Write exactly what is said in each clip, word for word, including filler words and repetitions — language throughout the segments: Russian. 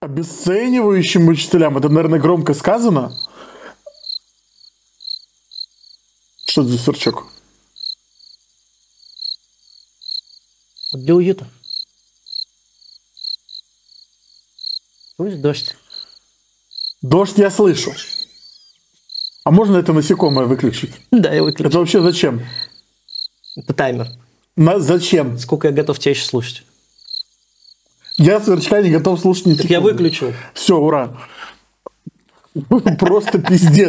Обесценивающим учителям. Это, наверное, громко сказано. Что это за сверчок? Для уюта. Слышишь, дождь? Дождь я слышу. А можно это насекомое выключить? Да, я выключу. Это вообще зачем? Это таймер. На, зачем? Сколько я готов тебя еще слушать? Я сверчка не готов слушать ни Так я выключил. Все, ура. Просто пиздец.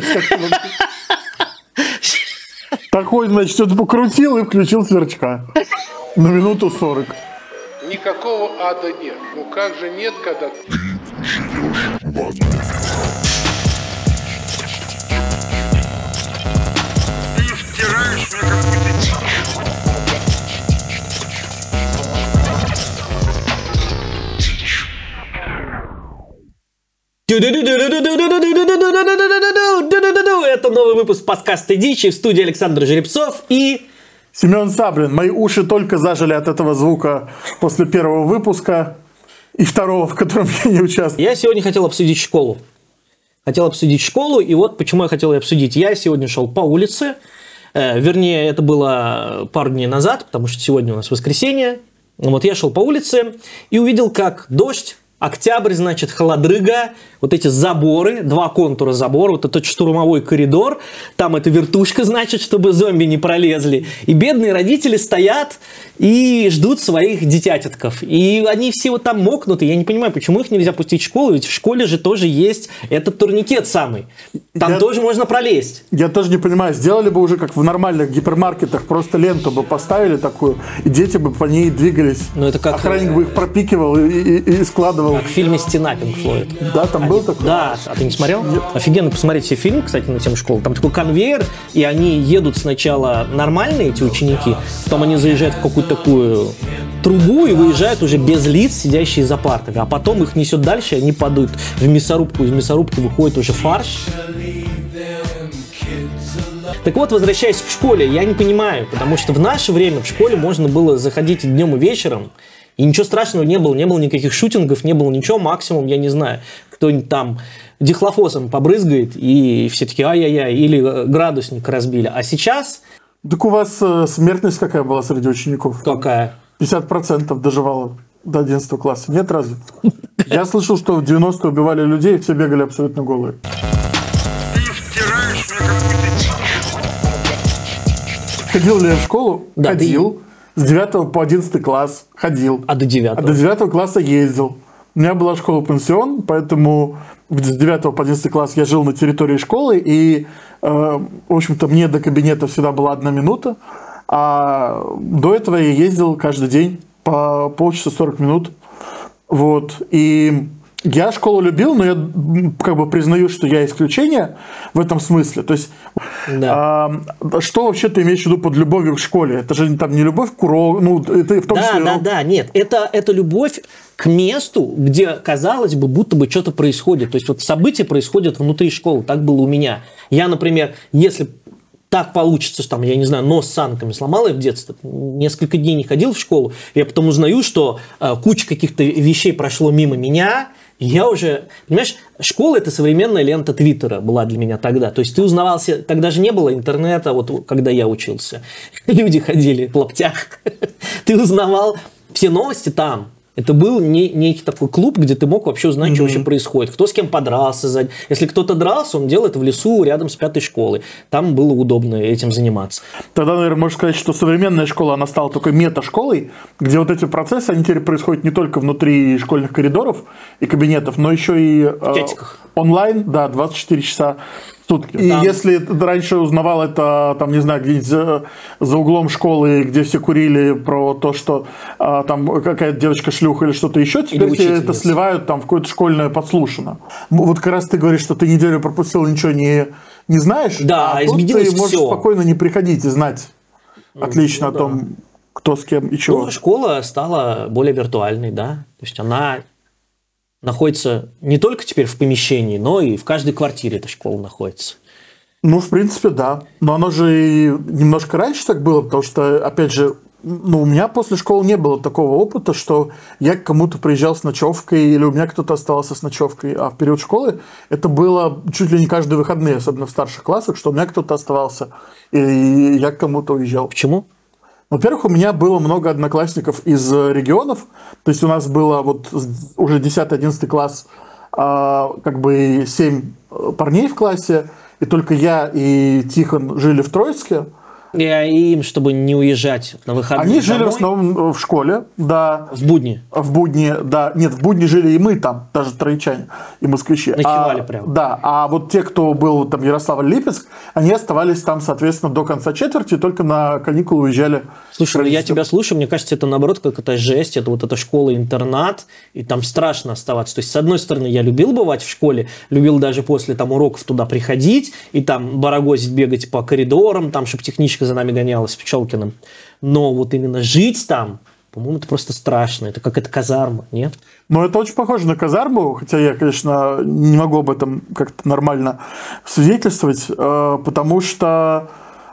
Такой, значит, что-то покрутил и включил сверчка. На минуту сорок. Никакого ада нет. Ну как же нет, когда ты живешь в аду? Ты втираешь мне какую-то дичь. Это новый выпуск подкаста «Дичи», в студии Александр Жеребцов и... Семен Саблин. Мои уши только зажили от этого звука после первого выпуска и второго, в котором я не участвовал. Я сегодня хотел обсудить школу. Хотел обсудить школу, и вот почему я хотел ее обсудить. Я сегодня шел по улице, э, вернее, это было пару дней назад, потому что сегодня у нас воскресенье. Вот я шел по улице и увидел, как дождь, октябрь, значит, холодрыга, вот эти заборы, два контура забора, вот этот штурмовой коридор, там эта вертушка, значит, чтобы зомби не пролезли. И бедные родители стоят и ждут своих детятитков. И они все вот там мокнуты. Я не понимаю, почему их нельзя пустить в школу, ведь в школе же тоже есть этот турникет самый. Там я, тоже можно пролезть. Я тоже не понимаю, сделали бы уже как в нормальных гипермаркетах, просто ленту бы поставили такую, и дети бы по ней двигались. Но это как... Охранник бы их пропикивал и, и, и складывал. Как в фильме «Стена» Пинк Флойд. Да, там был такой? Да, а ты не смотрел? Нет. Офигенно посмотреть все фильмы, кстати, на тему школы. Там такой конвейер, и они едут сначала нормальные, эти ученики, потом они заезжают в какую-то такую трубу и выезжают уже без лиц, сидящие за партами. А потом их несет дальше, и они падают в мясорубку. Из мясорубки выходит уже фарш. Так вот, возвращаясь к школе, я не понимаю, потому что в наше время в школе можно было заходить и днем, и вечером, и ничего страшного не было, не было никаких шутингов, не было ничего, максимум, я не знаю, кто-нибудь там дихлофосом побрызгает, и все таки ай-яй-яй, или градусник разбили. А сейчас... Так у вас э, смертность какая была среди учеников? Какая? пятьдесят процентов доживало до одиннадцатого класса. Нет, разве? Я слышал, что в девяностые убивали людей, и все бегали абсолютно голые. Ты втираешь мне какую-то дичь. Ходил ли я в школу? Да, ходил. ты... С девятого по одиннадцатый класс ходил. А до девятого? А до девятого класса ездил. У меня была школа-пансион, поэтому с девятого по одиннадцатый класс я жил на территории школы, и, э, в общем-то, мне до кабинета всегда была одна минута, а до этого я ездил каждый день по полчаса сорок минут. Вот. И я школу любил, но я как бы признаю, что я исключение в этом смысле. То есть, да. а, что вообще ты имеешь в виду под любовью к школе? Это же там не любовь к уроку, ну, это в том да, числе... Да, да, да, нет, это, это любовь к месту, где, казалось бы, будто бы что-то происходит. То есть, вот события происходят внутри школы. Так было у меня. Я, например, если... так получится, что там, я не знаю, нос с санками сломал я в детстве, несколько дней не ходил в школу, я потом узнаю, что э, куча каких-то вещей прошло мимо меня, и я уже, понимаешь, школа – это современная лента Твиттера была для меня тогда, то есть ты узнавался, тогда же не было интернета, вот когда я учился, люди ходили в лаптях, ты узнавал все новости там. Это был не, некий такой клуб, где ты мог вообще узнать, mm-hmm. что вообще происходит. Кто с кем подрался. За... Если кто-то дрался, он делал это в лесу рядом с пятой школой. Там было удобно этим заниматься. Тогда, наверное, можно сказать, что современная школа, она стала такой мета-школой, где вот эти процессы, они теперь происходят не только внутри школьных коридоров и кабинетов, но еще и э, онлайн, да, двадцать четыре часа в сутки. И там... если ты раньше узнавал это, там, не знаю, где-нибудь за, за углом школы, где все курили про то, что а, там какая-то девочка шлюха или что-то еще, теперь тебе это сливают там в какое-то школьное подслушано. Вот как раз ты говоришь, что ты неделю пропустил, ничего не, не знаешь, да, а тут ты можешь все. Спокойно не приходить и знать отлично ну, о том, да. кто с кем и чего. Ну, школа стала более виртуальной, да, то есть она... находится не только теперь в помещении, но и в каждой квартире эта школа находится. Ну, в принципе, да. Но оно же и немножко раньше так было, потому что, опять же, ну, у меня после школы не было такого опыта, что я к кому-то приезжал с ночевкой, или у меня кто-то оставался с ночевкой. А в период школы это было чуть ли не каждые выходные, особенно в старших классах, что у меня кто-то оставался, и я к кому-то уезжал. Почему? Во-первых, у меня было много одноклассников из регионов, то есть у нас было вот уже десятый-одиннадцатый класс, а, как бы семь парней в классе, и только я и Тихон жили в Троицке. И им, чтобы не уезжать на выходные Они жили домой, в основном в школе, да. в будни. В будни, да. Нет, в будни жили и мы там, даже троичане, и москвичи. Ночевали а, прям. Да, а вот те, кто был там Ярославль-Липецк, они оставались там, соответственно, до конца четверти, только на каникулы уезжали. Слушай, ну я тебя слушаю, мне кажется, это наоборот какая-то жесть, это вот эта школа-интернат, и там страшно оставаться. То есть, с одной стороны, я любил бывать в школе, любил даже после там уроков туда приходить, и там барагозить, бегать по коридорам, там, чтобы техничка за нами гонялась в Пчелкином. Но вот именно жить там, по-моему, это просто страшно. Это как это казарма, нет? Ну, это очень похоже на казарму, хотя я, конечно, не могу об этом как-то нормально свидетельствовать, потому что,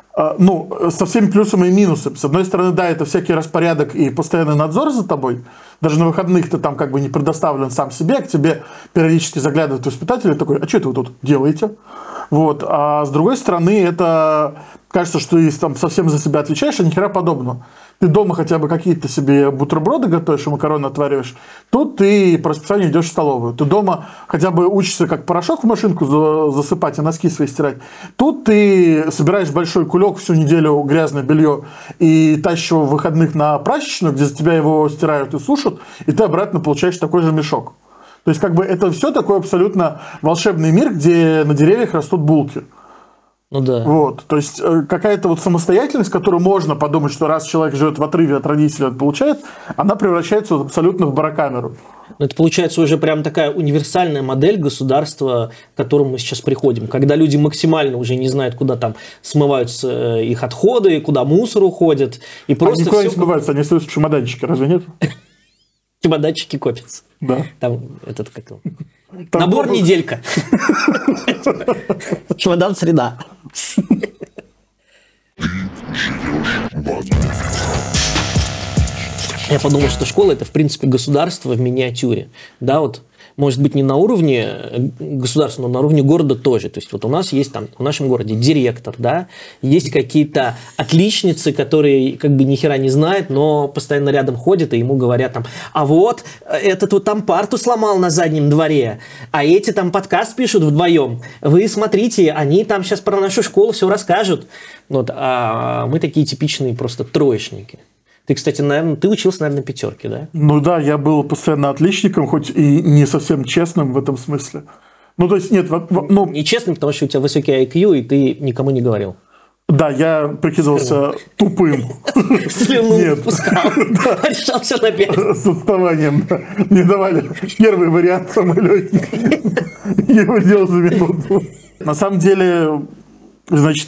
ну, со всеми плюсами и минусами. С одной стороны, да, это всякий распорядок и постоянный надзор за тобой. Даже на выходных ты там как бы не предоставлен сам себе, к тебе периодически заглядывает воспитатель и такой: а что это вы тут делаете? Вот. А с другой стороны, это кажется, что ты там совсем за себя отвечаешь, а ни хера подобного. Ты дома хотя бы какие-то себе бутерброды готовишь и макароны отвариваешь, тут ты по расписанию идешь в столовую. Ты дома хотя бы учишься как порошок в машинку засыпать и носки свои стирать. Тут ты собираешь большой кулек всю неделю грязное белье и тащишь его в выходных на прачечную, где за тебя его стирают и сушат, и ты обратно получаешь такой же мешок. То есть, как бы, это все такой абсолютно волшебный мир, где на деревьях растут булки. Ну да. Вот. То есть, какая-то вот самостоятельность, которую можно подумать, что раз человек живет в отрыве от родителей, он получает, она превращается вот абсолютно в барокамеру. Но это получается уже прям такая универсальная модель государства, к которому мы сейчас приходим. Когда люди максимально уже не знают, куда там смываются их отходы, куда мусор уходит. И просто они никуда все... не смываются, они остаются в чемоданчике, разве нет? Чемоданчики копятся. Да. Там этот как его? Там Набор копы. неделька. Чемодан среда. Я подумал, что школа – это, в принципе, государство в миниатюре. Да, вот, может быть, не на уровне государства, но на уровне города тоже. То есть, вот у нас есть там, в нашем городе директор, да, есть какие-то отличницы, которые как бы ни хера не знают, но постоянно рядом ходят, и ему говорят там: а вот, этот вот там парту сломал на заднем дворе, а эти там подкаст пишут вдвоем. Вы смотрите, они там сейчас про нашу школу все расскажут. Вот, а мы такие типичные просто троечники. Ты, кстати, наверное, ты учился, наверное, на пятерке, да? Ну да, я был постоянно отличником, хоть и не совсем честным в этом смысле. Ну, то есть, нет, ну... Нечестным, потому что у тебя высокий ай кью, и ты никому не говорил. Да, я прикидывался тупым. Слюну Нет. пускал. Решал все на пять. С отставанием. Да. Не давали первый вариант, самый легкий. Я его делал за минуту. На самом деле, значит,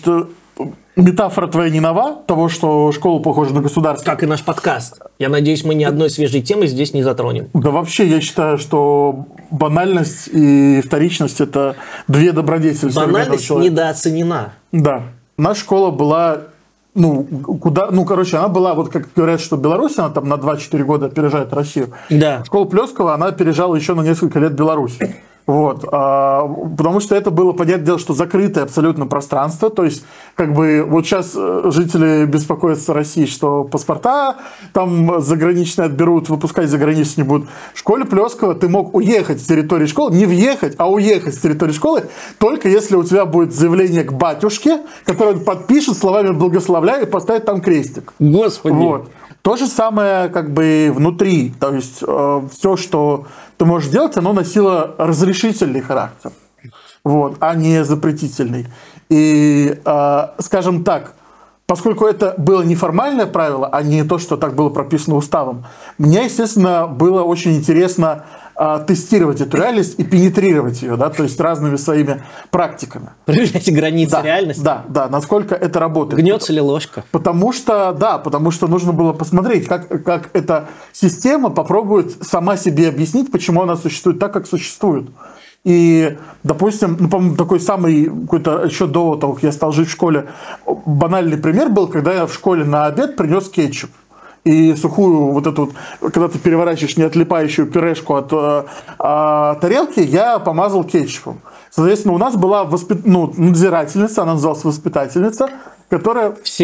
метафора твоя не нова, того, что школа похожа на государство. Как и наш подкаст. Я надеюсь, мы ни одной свежей темы здесь не затронем. Да вообще, я считаю, что банальность и вторичность – это две добродетели современного Банальность человека. недооценена. Да. Наша школа была, ну, куда, ну, короче, она была, вот как говорят, что Беларусь, она там на два-четыре года опережает Россию. Да. Школа Плескова, она опережала еще на несколько лет Беларусь. Вот, а, потому что это было, понятное дело, что закрытое абсолютно пространство, то есть, как бы, вот сейчас жители беспокоятся в России, что паспорта там заграничные отберут, выпускать за границу не будут. В школе Плескова ты мог уехать с территории школы, не въехать, а уехать с территории школы, только если у тебя будет заявление к батюшке, которое он подпишет словами «благословляю» и поставит там крестик. Господи. Вот. То же самое как бы внутри, то есть э, все, что ты можешь делать, оно носило разрешительный характер, вот, а не запретительный. И, э, скажем так, поскольку это было неформальное правило, а не то, что так было прописано уставом, мне, естественно, было очень интересно э, тестировать эту реальность и пенетрировать ее, да, то есть разными своими практиками. Проверяйте границы Да, реальности. да, да, насколько это работает. Гнется ли ложка? Потому что, да, потому что нужно было посмотреть, как, как эта система попробует сама себе объяснить, почему она существует так, как существует. И, допустим, ну, по-моему, такой самый, какой-то еще до того, как я стал жить в школе, банальный пример был, когда я в школе на обед принес кетчуп. и сухую вот эту, вот, когда ты переворачиваешь неотлипающую пюрешку от э, э, тарелки, я помазал кетчупом. Соответственно, у нас была воспит... ну, надзирательница, она называлась воспитательница, которая... В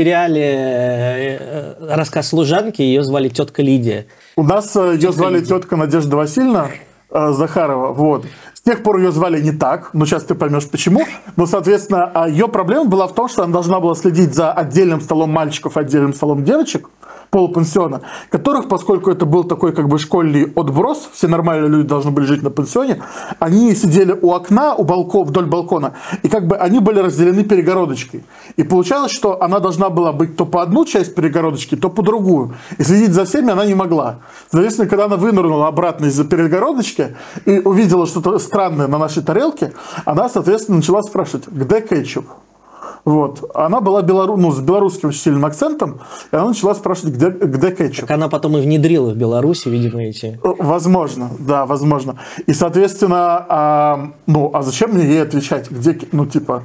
сериале «Рассказ служанки» ее звали тетка Лидия. У нас тетка ее звали Лидия. Тетка Надежда Васильевна э, Захарова, вот. С тех пор ее звали не так, но сейчас ты поймешь почему. Но, соответственно, ее проблема была в том, что она должна была следить за отдельным столом мальчиков и отдельным столом девочек полупансиона, которых, поскольку это был такой как бы школьный отброс, все нормальные люди должны были жить на пансионе, они сидели у окна, у балкона, вдоль балкона, и как бы они были разделены перегородочкой. И получалось, что она должна была быть то по одну часть перегородочки, то по другую. И следить за всеми она не могла. Соответственно, когда она вынырнула обратно из-за перегородочки и увидела что-то странное на нашей тарелке, она, соответственно, начала спрашивать, где кетчуп? Вот. Она была белору... ну, с белорусским очень сильным акцентом, и она начала спрашивать, где, где кетчуп. Так она потом и внедрила в Беларуси, видимо, эти... Возможно, да, возможно. И, соответственно, а, ну, а зачем мне ей отвечать, где, ну, типа,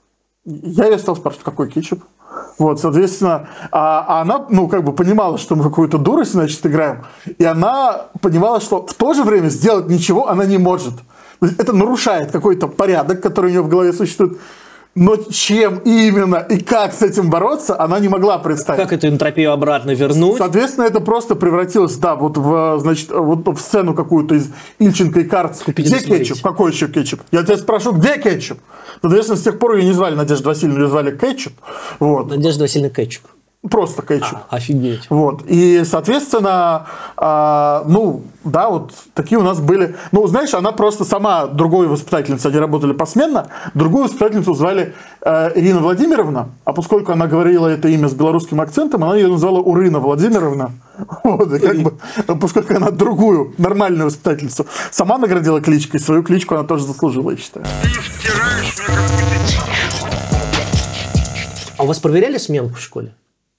я ее стал спрашивать, какой кетчуп? Вот, соответственно, а, а она, ну, как бы понимала, что мы какую-то дурость, значит, играем, и она понимала, что в то же время сделать ничего она не может. То есть это нарушает какой-то порядок, который у нее в голове существует. Но чем именно и как с этим бороться, она не могла представить. Как эту энтропию обратно вернуть? Соответственно, это просто превратилось, да, вот в, значит, вот в сцену какую-то из Ильченко и Карц. Купите, где посмотрите. кетчуп? Какой еще кетчуп? Я тебя спрошу, где кетчуп? Соответственно, с тех пор ее не звали Надежда Васильевна, ее звали Кетчуп. Вот. Надежда Васильевна Кетчуп. Просто кетчуп. А, офигеть. Вот. И, соответственно, а, ну, да, вот такие у нас были. Ну, знаешь, она просто сама, другой воспитательница, они работали посменно, другую воспитательницу звали э, Ирина Владимировна, а поскольку она говорила это имя с белорусским акцентом, она ее назвала Урына Владимировна. Вот, и как бы, поскольку она другую, нормальную воспитательницу сама наградила кличкой, свою кличку она тоже заслужила, я считаю. Ты втираешь мне какую-то дичь. А у вас проверяли сменку в школе?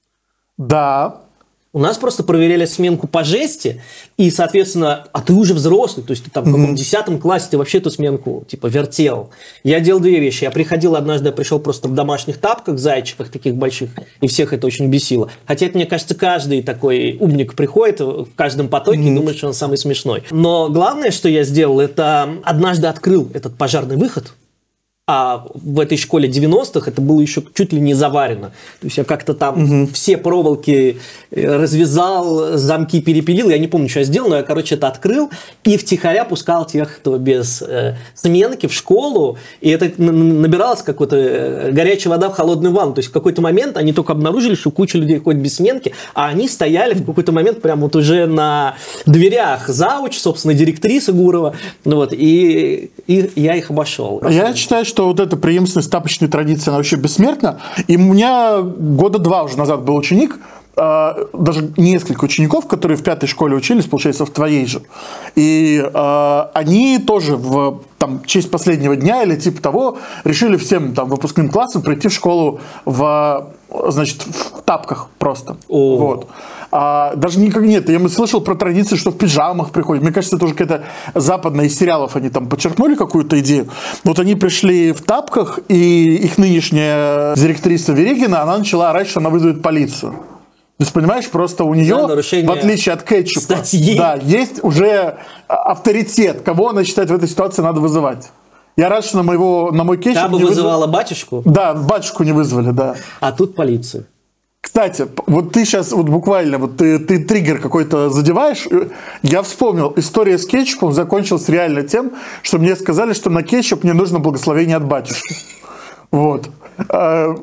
Да. У нас просто проверяли сменку по жести, и, соответственно, а ты уже взрослый, то есть ты там в каком десятом классе ты вообще эту сменку, типа, вертел. Я делал две вещи. Я приходил однажды, я пришел просто в домашних тапках, зайчиках таких больших, и всех это очень бесило. Хотя, это, мне кажется, каждый такой умник приходит в каждом потоке mm-hmm. и думает, что он самый смешной. Но главное, что я сделал, это однажды открыл этот пожарный выход. А в этой школе девяностых это было еще чуть ли не заварено. То есть я как-то там угу. все проволоки развязал, замки перепилил. Я не помню, что я сделал, но я, короче, это открыл и втихаря пускал тех, кто без э, сменки в школу. И это набиралось какой-то горячая вода в холодную ванну. То есть в какой-то момент они только обнаружили, что куча людей ходит без сменки, а они стояли в какой-то момент прям вот уже на дверях. Зауч, собственно, директриса Гурова. Ну, вот, и, и я их обошел. Я считаю, что вот эта преемственность тапочной традиции, она вообще бессмертна. И у меня года два уже назад был ученик, э, даже несколько учеников, которые в пятой школе учились, получается, в твоей же. И э, они тоже в там, честь последнего дня или типа того решили всем там, выпускным классам прийти в школу в, значит, в тапках просто. О. Вот. А, даже никак нет. Я слышал про традицию, что в пижамах приходят. Мне кажется, это уже какая-то западная из сериалов. Они там подчеркнули какую-то идею. Вот они пришли в тапках, и их нынешняя директриса Верегина, она начала орать, что она вызовет полицию. То есть, понимаешь, просто у нее, в отличие от кетчупа, статьи. Да, есть уже авторитет, кого она считает в этой ситуации надо вызывать. Я рад, что на, моего, на мой кетчуп Та бы не вызывала вызв... батюшку? Да, батюшку не вызвали, да. А тут полицию. Кстати, вот ты сейчас вот буквально, вот ты, ты триггер какой-то задеваешь. Я вспомнил, история с кетчупом закончилась реально тем, что мне сказали, что на кетчуп мне нужно благословение от батюшки. Вот. А...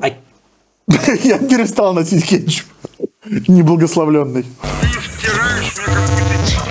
Я перестал носить кетчуп. Неблагословленный. Ты втираешь мне какую-то дичь.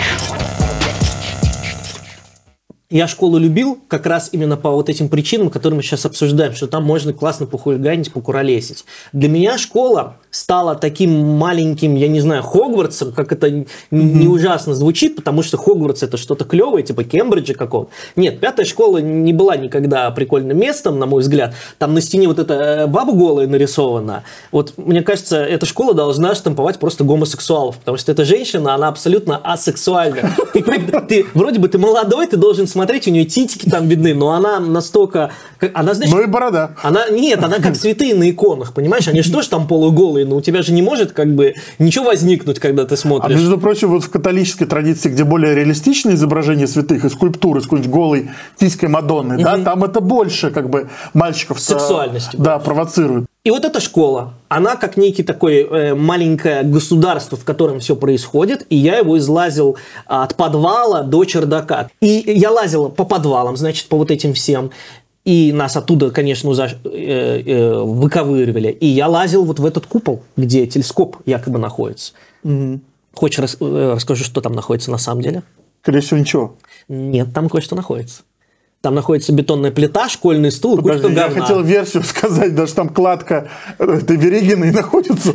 Я школу любил как раз именно по вот этим причинам, которые мы сейчас обсуждаем, что там можно классно похулиганить, покуролесить. Для меня школа стала таким маленьким, я не знаю, Хогвартсом, как это не mm-hmm. ужасно звучит, потому что Хогвартс это что-то клевое, типа Кембриджа какого-то. Нет, пятая школа не была никогда прикольным местом, на мой взгляд. Там на стене вот эта баба голая нарисована. Вот, мне кажется, эта школа должна штамповать просто гомосексуалов, потому что эта женщина, она абсолютно асексуальна. Ты, ты, вроде бы ты молодой, ты должен смотреть посмотреть, у нее титики там видны, но она настолько... как- Она, знаешь, Ну и борода. она, нет, она как святые на иконах, понимаешь? Они же тоже там полуголые, но у тебя же не может как бы ничего возникнуть, когда ты А смотришь. между прочим, вот в католической традиции, где более реалистичные изображения святых и скульптуры с какой-нибудь голой тиской Мадонны, да, там это больше как бы мальчиков с- Сексуальностью да, провоцирует. И вот эта школа, она как некий такой э, маленькое государство, в котором все происходит, и я его излазил а, от подвала до чердака. И я лазил по подвалам, значит, по вот этим всем. И нас оттуда, конечно, за, э, э, выковыривали. И я лазил вот в этот купол, где телескоп якобы находится. Хочешь, рас- э, расскажу, что там находится на самом деле? Скорее всего, ничего. Нет, там кое-что находится. Там находится бетонная плита, школьный стул и Подожди, кое-что я говна. хотел версию сказать, даже там кладка этой Берегиной находится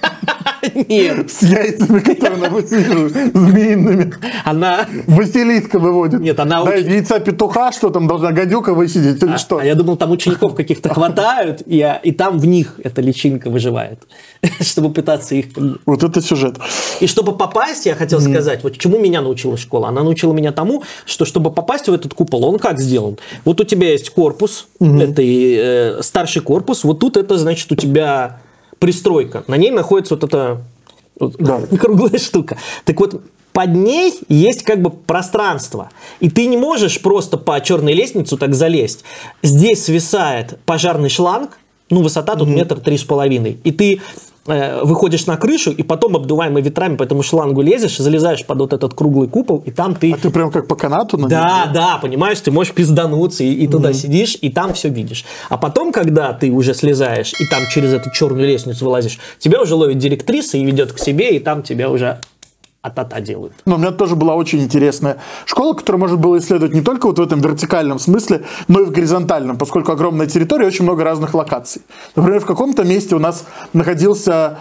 Нет, с яйцами, которые она высиживает, змеиными. она... Василиска выводит. Нет, она Да, очень- яйца петуха, что там должна гадюка высидеть или что? А я думал, там учеников каких-то хватают, и, а- и там в них эта личинка выживает, чтобы пытаться их... Вот это сюжет. И чтобы попасть, я хотел сказать, вот чему меня научила школа. Она научила меня тому, что чтобы попасть в этот купол, он как сделан? Вот у тебя есть корпус, это и, э, старший корпус, вот тут это, значит, у тебя пристройка. На ней находится вот эта вот Да. круглая штука. Так вот, под ней есть как бы пространство. И ты не можешь просто по черной лестнице так залезть. Здесь свисает пожарный шланг, ну, высота тут метр три с половиной. И ты э, выходишь на крышу, и потом, обдуваемый ветрами, по этому шлангу лезешь, залезаешь под вот этот круглый купол, и там ты... А ты прям как по канату на Да, нем? да, понимаешь, ты можешь пиздануться и, и туда сидишь, и там все видишь. А потом, когда ты уже слезаешь и там через эту черную лестницу вылазишь, тебя уже ловит директриса и ведет к себе, и там тебя уже а-та-та делают. Но у меня тоже была очень интересная школа, которую можно было исследовать не только вот в этом вертикальном смысле, но и в горизонтальном, поскольку огромная территория, очень много разных локаций. Например, в каком-то месте у нас находился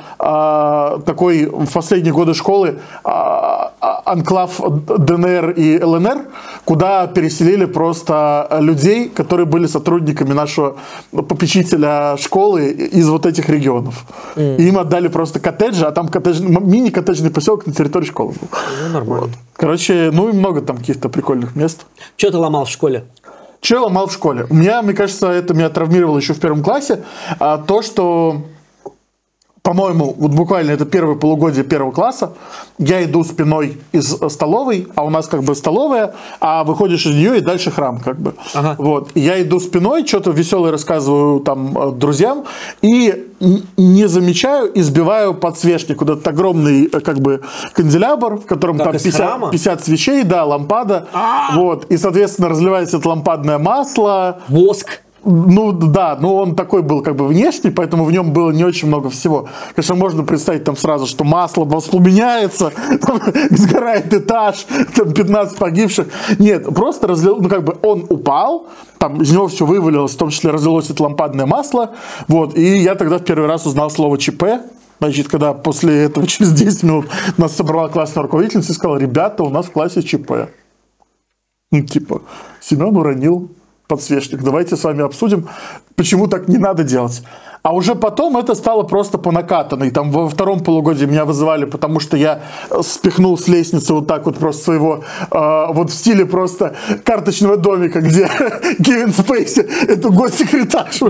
а, такой в последние годы школы а, а, анклав ДНР и ЛНР, куда переселили просто людей, которые были сотрудниками нашего попечителя школы из вот этих регионов. И им отдали просто коттеджи, а там коттедж, мини-коттеджный поселок на территории школы был. Ну, нормально. Короче, ну и много там каких-то прикольных мест. Что ты ломал в школе? Че я ломал в школе? У меня, мне кажется, это меня травмировало еще в первом классе. А, то, что, по-моему, вот буквально это первое полугодие первого класса, я иду спиной из столовой, а у нас как бы столовая, а выходишь из нее и дальше храм как бы. Ага. Вот. И я иду спиной, что-то веселое рассказываю там э, друзьям, и н- не замечаю, избиваю подсвечник. Вот этот огромный э, как бы канделябр, в котором Как там из пятьдесят, храма? пятьдесят свечей, да, лампада. Вот. И, соответственно, разливается это лампадное масло. Воск. Ну да, но он такой был как бы внешний, поэтому в нем было не очень много всего. Конечно, можно представить там сразу, что масло воспламеняется, там сгорает этаж, там пятнадцать погибших. Нет, просто разлил, ну как бы он упал, там из него все вывалилось, в том числе разлилось это лампадное масло. Вот, и я тогда в первый раз узнал слово ЧП. Значит, когда после этого через десять минут нас собрала классная руководительница и сказала: ребята, у нас в классе ЧП. Ну, типа, Семен уронил подсвечник. Давайте с вами обсудим, почему так не надо делать. А уже потом это стало просто по накатанной. Там во втором полугодии меня вызывали, потому что я спихнул с лестницы вот так вот просто своего, э, вот в стиле просто карточного домика, где Кевин Спейси, эту госсекретаршу,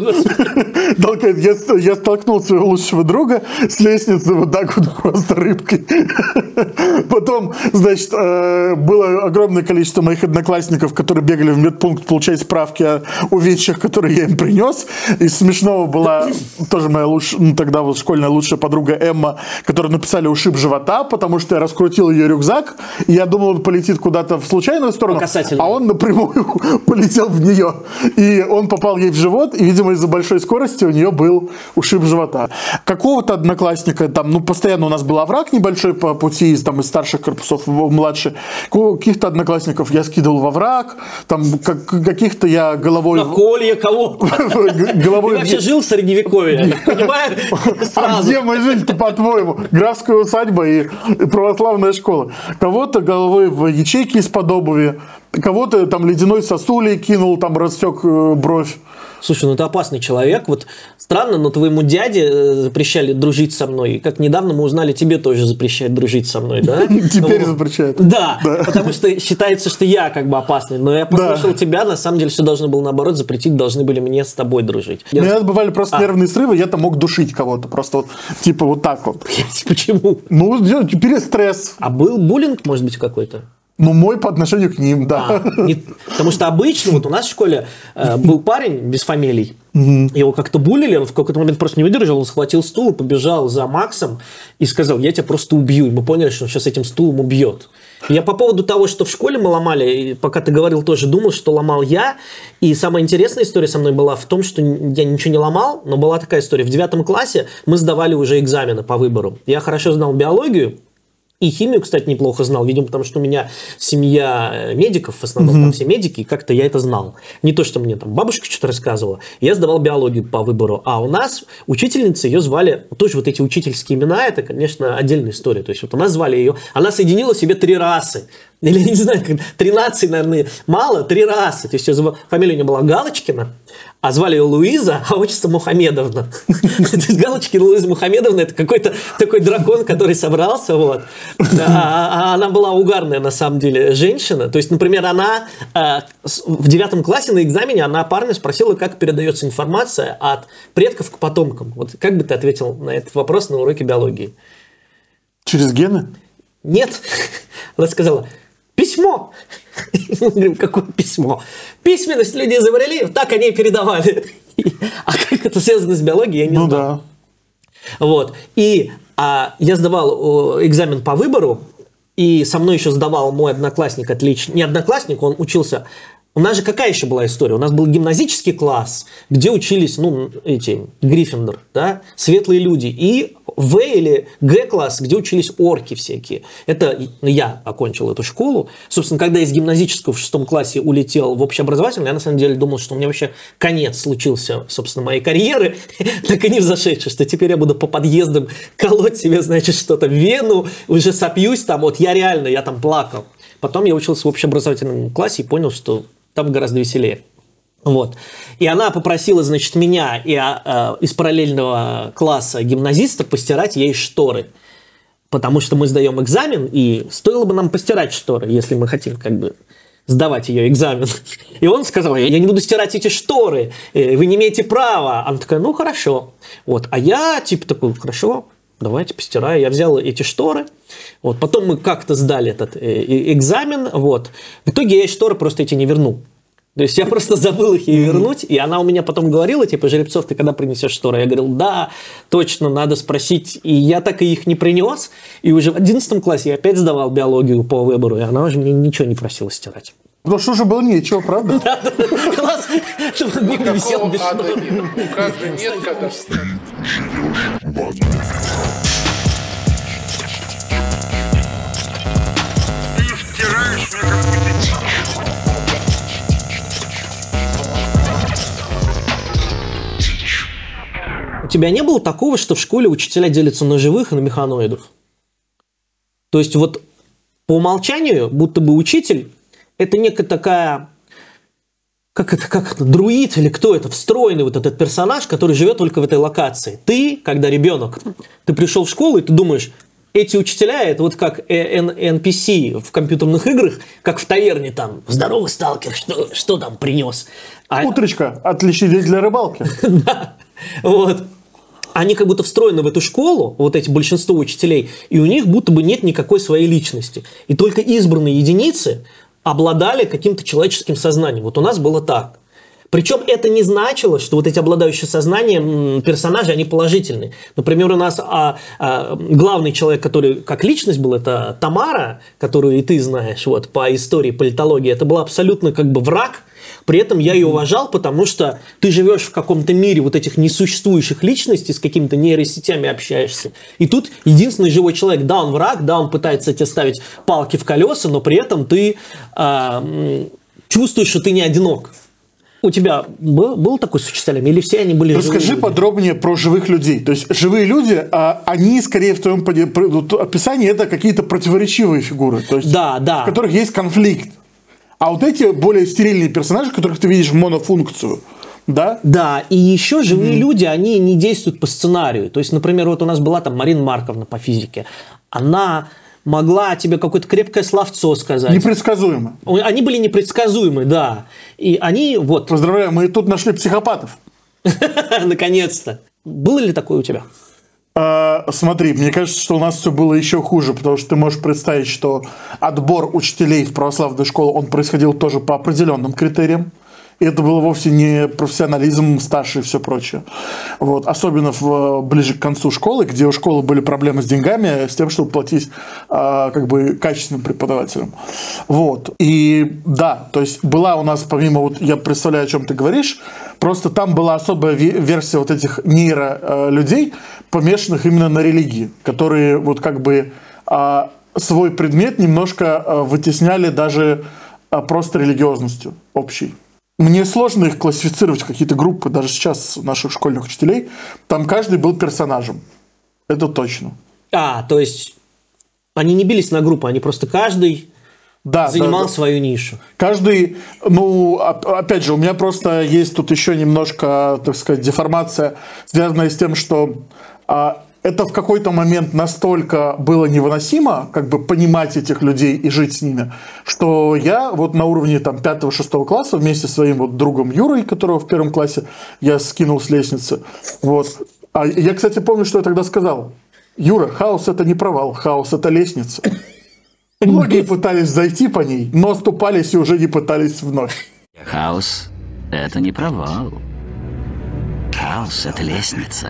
я, я столкнул своего лучшего друга с лестницы вот так вот просто рыбкой. Потом, значит, э, было огромное количество моих одноклассников, которые бегали в медпункт получать справки о увечьях, которые я им принес. И смешного была тоже моя лучшая, ну, тогда вот школьная лучшая подруга Эмма, которой написали ушиб живота, потому что я раскрутил ее рюкзак, и я думал, он полетит куда-то в случайную сторону, По-касательному. а он напрямую полетел в нее. И он попал ей в живот, и, видимо, из-за большой скорости у нее был ушиб живота. Какого-то одноклассника, там, ну, постоянно у нас был овраг небольшой по пути из, там, из старших корпусов в младшие. Каких-то одноклассников я скидывал во враг, там, как, каких-то я головой... На колье кого? Ты головой вообще жил в Средневековье, я понимаю? А Сразу. где мы жили-то, по-твоему? Графская усадьба и православная школа. Кого-то головой в ячейки из-под обуви, Кого-то там ледяной сосулей кинул, там растек э, бровь. Слушай, ну ты опасный человек. Вот странно, но твоему дяде запрещали дружить со мной. И как недавно мы узнали, тебе тоже запрещают дружить со мной, да? Теперь запрещают. Да, потому что считается, что я как бы опасный. Но я послушал тебя, на самом деле все должно было наоборот запретить, должны были мне с тобой дружить. У меня бывали просто нервные срывы, я там мог душить кого-то. Просто вот, типа вот так вот. Почему? Ну, теперь стресс. А был буллинг, может быть, какой-то? Ну, мой по отношению к ним, да. А, не, потому что обычно вот у нас в школе э, был парень без фамилий, его как-то буллили, он в какой-то момент просто не выдержал, он схватил стул и побежал за Максом и сказал: я тебя просто убью. И мы поняли, что он сейчас этим стулом убьет. Я по поводу того, что в школе мы ломали, и пока ты говорил, тоже думал, что ломал я. И самая интересная история со мной была в том, что я ничего не ломал, но была такая история. В девятом классе мы сдавали уже экзамены по выбору. Я хорошо знал биологию. И химию, кстати, неплохо знал, видимо, потому что у меня семья медиков, в основном mm-hmm. там все медики, и как-то я это знал. Не то, что мне там бабушка что-то рассказывала. Я сдавал биологию по выбору. А у нас учительница, ее звали, тоже вот эти учительские имена, это, конечно, отдельная история. То есть вот у нас звали ее, она соединила в себе три расы. Или, я не знаю, тринадцать, наверное, мало, три расы. То есть ее фамилия у нее была Галочкина, а звали ее Луиза, а отчество Мухамедовна. То есть Галочкина Луиза Мухамедовна — это какой-то такой дракон, который собрался. Вот. А она была угарная, на самом деле, женщина. То есть, например, она в девятом классе на экзамене она парня спросила, как передается информация от предков к потомкам. Вот как бы ты ответил на этот вопрос на уроке биологии? Через гены? Нет. Она сказала: письмо. Мы говорим: какое письмо? Письменность люди изобрели, так они и передавали. А как это связано с биологией, я не ну, знаю. Да. Вот. И а, я сдавал экзамен по выбору, и со мной еще сдавал мой одноклассник, отлично. Не одноклассник, он учился... У нас же какая еще была история? У нас был гимназический класс, где учились, ну, эти, Гриффиндор, да, светлые люди, и В или Г класс, где учились орки всякие. Это я окончил эту школу. Собственно, когда из гимназического в шестом классе улетел в общеобразовательный, я на самом деле думал, что у меня вообще конец случился, собственно, моей карьеры, так и не взошедший, что теперь я буду по подъездам колоть себе, значит, что-то в вену, уже сопьюсь там, вот я реально, я там плакал. Потом я учился в общеобразовательном классе и понял, что там гораздо веселее. Вот. И она попросила, значит, меня и, а, из параллельного класса гимназиста постирать ей шторы. Потому что мы сдаем экзамен, и стоило бы нам постирать шторы, если мы хотим как бы сдавать ее экзамен. И он сказал: я не буду стирать эти шторы, вы не имеете права. Она такая: ну, хорошо. Вот. А я типа такой: хорошо, давайте постираю. Я взял эти шторы. Вот. Потом мы как-то сдали этот экзамен. Вот. В итоге я эти шторы просто эти не вернул. То есть я просто забыл их ей вернуть, и она у меня потом говорила, типа: Жеребцов, ты когда принесешь шторы? Я говорил: да, точно, надо спросить. И я так и их не принес, и уже в одиннадцатом классе я опять сдавал биологию по выбору, и она уже мне ничего не просила стирать. Ну что же было нечего, правда? Да, да, класс, чтобы не висел без Ада шторы. нет. Ну как же нет, когда... У тебя не было такого, что в школе учителя делятся на живых и на механоидов? То есть вот по умолчанию, будто бы учитель – это некая такая, как это, как это, друид или кто это, встроенный вот этот персонаж, который живет только в этой локации. Ты, когда ребенок, ты пришел в школу и ты думаешь: эти учителя – это вот как эн пи си в компьютерных играх, как в таверне там: здоровый сталкер, что, что там принес? А... Утречка, отличный день для рыбалки. Да, вот. Они как будто встроены в эту школу, вот эти большинство учителей, и у них будто бы нет никакой своей личности. И только избранные единицы обладали каким-то человеческим сознанием. Вот у нас было так. Причем это не значило, что вот эти обладающие сознанием персонажи, они положительные. Например, у нас а, а, главный человек, который как личность был, это Тамара, которую и ты знаешь, вот, по истории политологии. Это был абсолютно как бы враг. При этом я ее уважал, потому что ты живешь в каком-то мире вот этих несуществующих личностей, с какими-то нейросетями общаешься. И тут единственный живой человек, да, он враг, да, он пытается тебе ставить палки в колеса, но при этом ты э, чувствуешь, что ты не одинок. У тебя был, был такой с учителями? Или все они были живые? Расскажи люди? подробнее про живых людей. То есть живые люди, а, они скорее в твоем описании это какие-то противоречивые фигуры, то есть, Да, да. в которых есть конфликт. А вот эти более стерильные персонажи, которых ты видишь в монофункцию, да? Да, и еще живые mm. люди, они не действуют по сценарию. То есть, например, вот у нас была там Марина Марковна по физике. Она могла тебе какое-то крепкое словцо сказать. Непредсказуемо. Они были непредсказуемы, да. И они вот... Поздравляю, мы тут нашли психопатов. Наконец-то. Было ли такое у тебя? А, смотри, мне кажется, что у нас все было еще хуже, потому что ты можешь представить, что отбор учителей в православную школу, он происходил тоже по определенным критериям. И это было вовсе не профессионализм, стаж и все прочее. Вот. Особенно в, ближе к концу школы, где у школы были проблемы с деньгами, с тем, чтобы платить а, как бы качественным преподавателям. Вот. И да, то есть была у нас, помимо, вот я представляю, о чем ты говоришь, просто там была особая версия вот этих нейролюдей, помешанных именно на религии, которые вот как бы а, свой предмет немножко а, вытесняли даже а, просто религиозностью общей. Мне сложно их классифицировать в какие-то группы, даже сейчас наших школьных учителей. Там каждый был персонажем. Это точно. А, то есть они не бились на группу, они просто каждый да, занимал да, да. свою нишу. Каждый, ну, опять же, у меня просто есть тут еще немножко, так сказать, деформация, связанная с тем, что а, это в какой-то момент настолько было невыносимо, как бы понимать этих людей и жить с ними, что я вот на уровне там пятого-шестого класса вместе со своим вот другом Юрой, которого в первом классе я скинул с лестницы, вот. А я, кстати, помню, что я тогда сказал. Юра, хаос — это не провал, хаос — это лестница. Многие пытались зайти по ней, но оступались и уже не пытались вновь. Хаос — это не провал. Хаос — это лестница.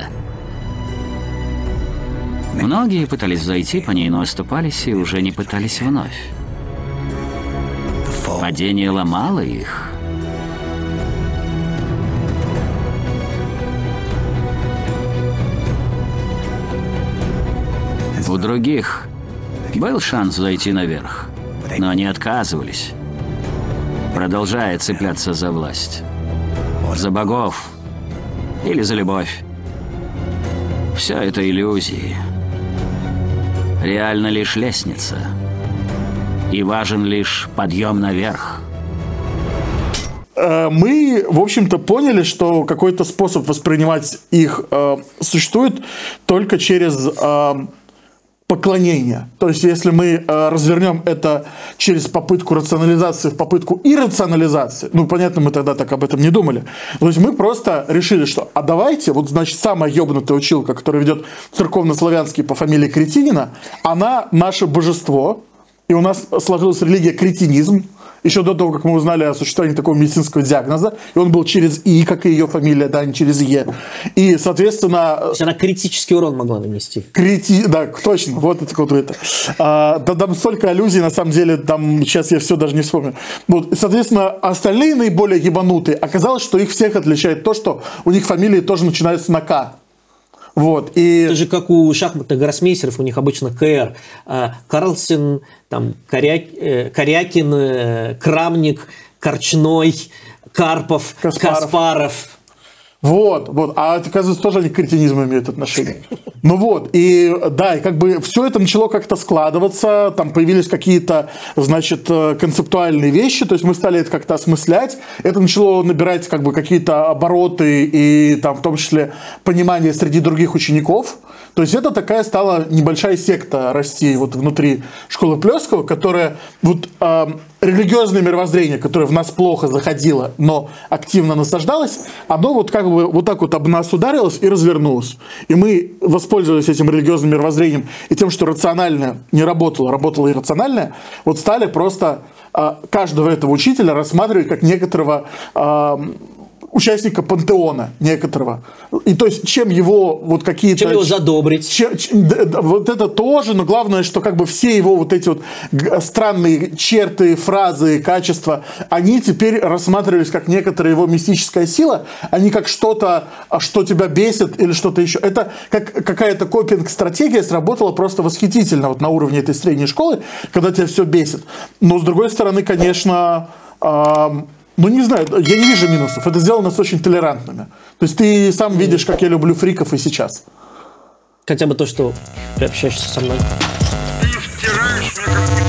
Многие пытались зайти по ней, но оступались и уже не пытались вновь. Падение ломало их. У других был шанс зайти наверх, но они отказывались, продолжая цепляться за власть, за богов или за любовь. Все это иллюзии. Реально лишь лестница. И важен лишь подъем наверх. Мы, в общем-то, поняли, что какой-то способ воспринимать их э, существует только через э, поклонение. То есть, если мы э, развернем это через попытку рационализации в попытку иррационализации, ну, понятно, мы тогда так об этом не думали. То есть, мы просто решили, что, а давайте, вот, значит, самая ёбнутая училка, которая ведет церковно-славянский по фамилии Кретинина, она наше божество, и у нас сложилась религия кретинизм, еще до того, как мы узнали о существовании такого медицинского диагноза, и он был через «и», как и ее фамилия, да, не через «е». И, соответственно... То есть она критический урон могла нанести. Крити... Да, точно, вот это вот это. А, да, там столько аллюзий, на самом деле, там сейчас я все даже не вспомню. Вот, и, соответственно, остальные наиболее ебанутые, оказалось, что их всех отличает то, что у них фамилии тоже начинаются на «к». Вот, и... Это же как у шахматных гроссмейстеров, у них обычно КР. Карлсен, там, Коря... Корякин, Крамник, Корчной, Карпов, Каспаров. Каспаров. Вот, вот. А это, оказывается, тоже они к кретинизму имеют отношение. Ну вот, и да, и как бы все это начало как-то складываться, там появились какие-то, значит, концептуальные вещи, то есть мы стали это как-то осмыслять, это начало набирать как бы какие-то обороты и там в том числе понимание среди других учеников. То есть это такая стала небольшая секта расти вот внутри школы Плёскова, которая вот э, религиозное мировоззрение, которое в нас плохо заходило, но активно насаждалось, оно вот как бы вот так вот об нас ударилось и развернулось. И мы воспользовались этим религиозным мировоззрением и тем, что рациональное не работало, работало иррациональное, вот стали просто э, каждого этого учителя рассматривать как некоторого... Э, участника пантеона некоторого. И то есть, чем его вот какие-то... Чем его задобрить. Чем, чем, да, да, вот это тоже, но главное, что как бы все его вот эти вот странные черты, фразы, качества, они теперь рассматривались как некоторая его мистическая сила, а не как что-то, что тебя бесит или что-то еще. Это как какая-то копинг-стратегия сработала просто восхитительно вот на уровне этой средней школы, когда тебя все бесит. Но, с другой стороны, конечно... Эм, Ну, не знаю, я не вижу минусов. Это сделано с очень толерантными. То есть ты сам видишь, как я люблю фриков и сейчас. Хотя бы то, что ты общаешься со мной. Ты втираешь мне какую-то дичь.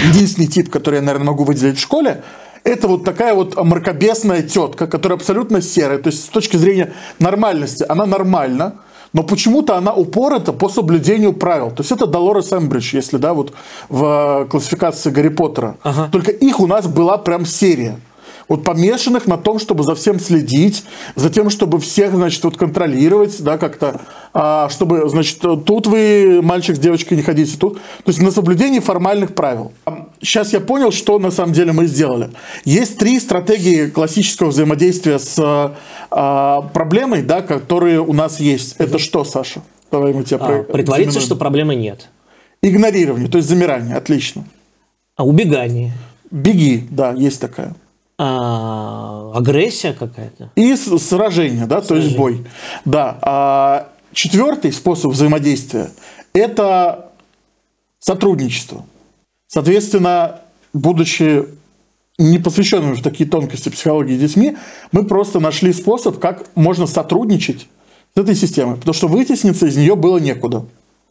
единственный тип, который я, наверное, могу выделить в школе, это вот такая вот мракобесная тетка, которая абсолютно серая. То есть с точки зрения нормальности она нормальна, но почему-то она упората по соблюдению правил. То есть это Долорес Эмбридж, если, да, вот в классификации Гарри Поттера. Ага. Только их у нас была прям серия. Вот помешанных на том, чтобы за всем следить, за тем, чтобы всех, значит, вот контролировать, да, как-то, а, чтобы, значит, тут вы, мальчик с девочкой, не ходите, тут. То есть на соблюдении формальных правил. Сейчас я понял, что на самом деле мы сделали. Есть три стратегии классического взаимодействия с а, проблемой, да, которые у нас есть. Это что, Саша? Давай мы тебя А, про- притвориться, экзаменуем. что проблемы нет. Игнорирование, то есть замирание. Отлично. А убегание. Беги, да, есть такая. А, агрессия какая-то. И с- сражение, да, то есть бой. Да. А четвертый способ взаимодействия – это сотрудничество. Соответственно, будучи не посвященными в такие тонкости психологии детьми, мы просто нашли способ, как можно сотрудничать с этой системой, потому что вытесниться из нее было некуда.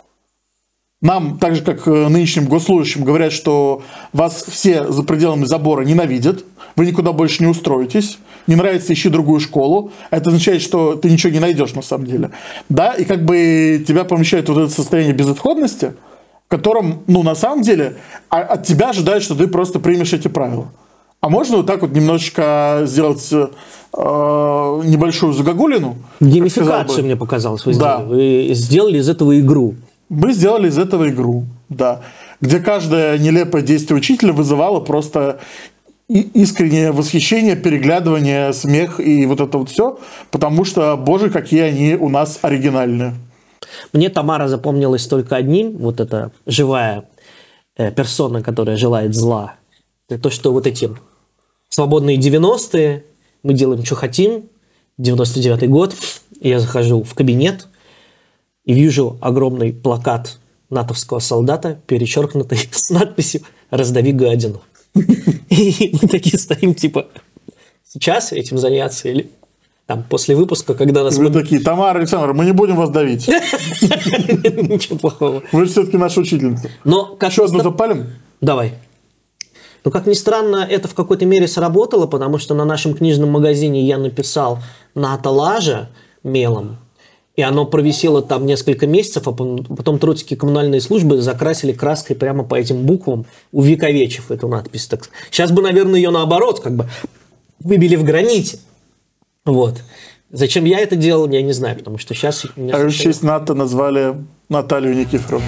Нам, так же как э, нынешним госслужащим, говорят, что вас все за пределами забора ненавидят, вы никуда больше не устроитесь, не нравится, ищи другую школу. Это означает, что ты ничего не найдешь на самом деле. Да, и как бы тебя помещает вот это состояние безысходности, в котором, ну, на самом деле, а- от тебя ожидают, что ты просто примешь эти правила. А можно вот так вот немножечко сделать э, небольшую загогулину? как сказал Геймификацию, бы. мне показалось, вы Да. сделали. Вы сделали из этого игру. Мы сделали из этого игру, да, где каждое нелепое действие учителя вызывало просто и- искреннее восхищение, переглядывание, смех и вот это вот все, потому что, боже, какие они у нас оригинальные. Мне Тамара запомнилась только одним, вот эта живая э, персона, которая желает зла. Это то, что вот эти свободные девяностые, мы делаем, что хотим, девяносто девятый год, я захожу в кабинет и вижу огромный плакат натовского солдата, перечеркнутый с надписью «Раздави гадину». И мы такие стоим, типа, сейчас этим заняться или там после выпуска, когда нас... Вы такие: Тамара Александровна, мы не будем вас давить. Ничего плохого. Вы же все-таки наша учительница. Но как Еще ни одну стра- запалим? Давай. Но, как ни странно, это в какой-то мере сработало, потому что на нашем книжном магазине я написал «Ната лажа» мелом, и оно провисело там несколько месяцев, а потом потом троцкие коммунальные службы закрасили краской прямо по этим буквам, увековечив эту надпись. Так, сейчас бы, наверное, ее наоборот как бы выбили в граните. Вот. Зачем я это делал, я не знаю, потому что сейчас... у меня А в совершенно- честь НАТО назвали Наталью Никифоровну.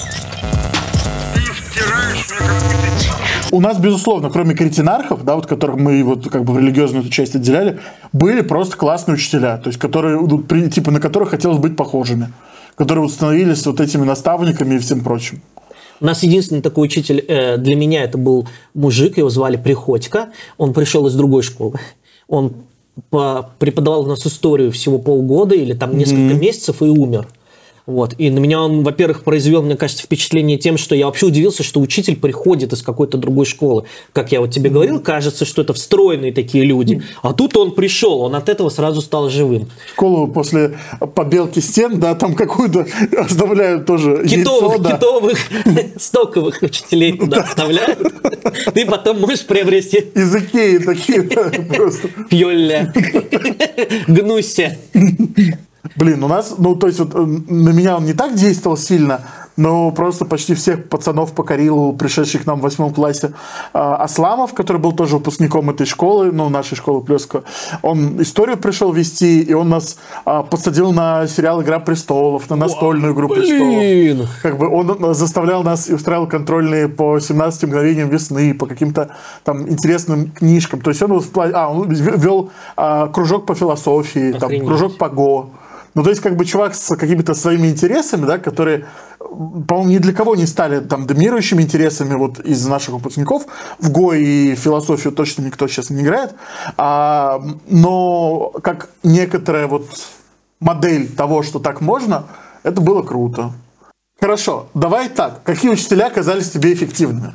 У нас, безусловно, кроме кретинархов, да, вот которых мы вот как бы в религиозную эту часть отделяли, были просто классные учителя, то есть которые, ну, при- типа, на которых хотелось быть похожими, которые вот становились вот этими наставниками и всем прочим. У нас единственный такой учитель э, для меня это был мужик, его звали Приходько. Он пришел из другой школы. Он по- преподавал у нас историю всего полгода или там несколько месяцев и умер. Вот. И на меня он, во-первых, произвел, мне кажется, впечатление тем, что я вообще удивился, что учитель приходит из какой-то другой школы. Как я вот тебе говорил, кажется, что это встроенные такие люди. А тут он пришел, он от этого сразу стал живым. Школу после побелки стен, да, там какую-то оставляют тоже Китовых, яйцо, да. китовых, стоковых учителей туда вставляют. Ты потом можешь приобрести Из Икеи такие, да, просто. Пьолля, Гнуся. Блин, у нас, ну, то есть, вот э, на меня он не так действовал сильно, но просто почти всех пацанов покорил пришедший к нам в восьмом классе э, Асламов, который был тоже выпускником этой школы, ну, нашей школы Плёскова. Он историю пришел вести, и он нас э, подсадил на сериал «Игра престолов», на настольную «Игру престолов». Блин. Как бы он заставлял нас и устраивал контрольные по семнадцати мгновениям весны, по каким-то там интересным книжкам. То есть он вот в плане... А, он вел а, кружок по философии, там, Охренеть. кружок по ГО. Ну, то есть, как бы чувак с какими-то своими интересами, да, которые, по-моему, ни для кого не стали там доминирующими интересами вот из наших выпускников. В ГО и философию точно никто сейчас не играет. А, но как некоторая вот модель того, что так можно, это было круто. Хорошо, давай так. Какие учителя оказались тебе эффективными?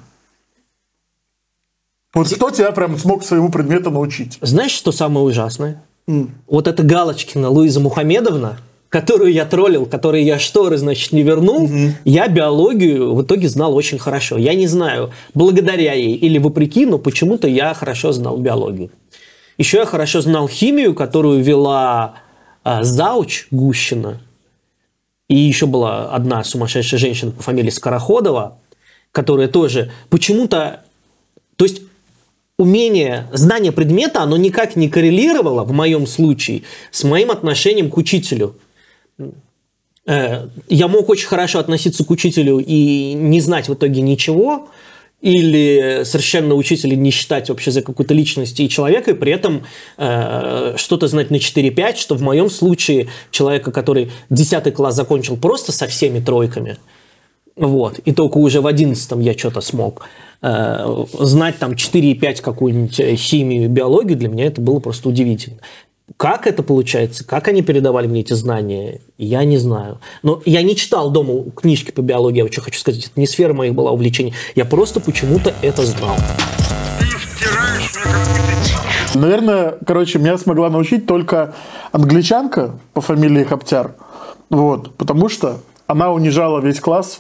Вот кто тебя прям смог своему предмету научить? Знаешь, что самое ужасное? Вот эта Галочкина Луиза Мухамедовна, которую я троллил, которой я шторы, значит, не вернул, угу. я биологию в итоге знал очень хорошо. Я не знаю, благодаря ей или вопреки, но почему-то я хорошо знал биологию. Еще я хорошо знал химию, которую вела а, зауч Гущина. И еще была одна сумасшедшая женщина по фамилии Скороходова, которая тоже почему-то... То есть умение, знание предмета, оно никак не коррелировало, в моем случае, с моим отношением к учителю. Я мог очень хорошо относиться к учителю и не знать в итоге ничего, или совершенно учителя не считать вообще за какую-то личность и человека, и при этом э, что-то знать на четыре-пять, что в моем случае человека, который десятый класс закончил просто со всеми тройками, вот, и только уже в одиннадцатом я что-то смог э, знать там четыре и пять какую-нибудь химию, биологию, для меня это было просто удивительно. Как это получается, как они передавали мне эти знания, я не знаю. Но я не читал дома книжки по биологии, я очень хочу сказать, это не сфера моих была увлечений. Я просто почему-то это знал. Ты втираешь мне какую-то дичь. Наверное, короче, меня смогла научить только англичанка по фамилии Хоптяр. Вот, потому что она унижала весь класс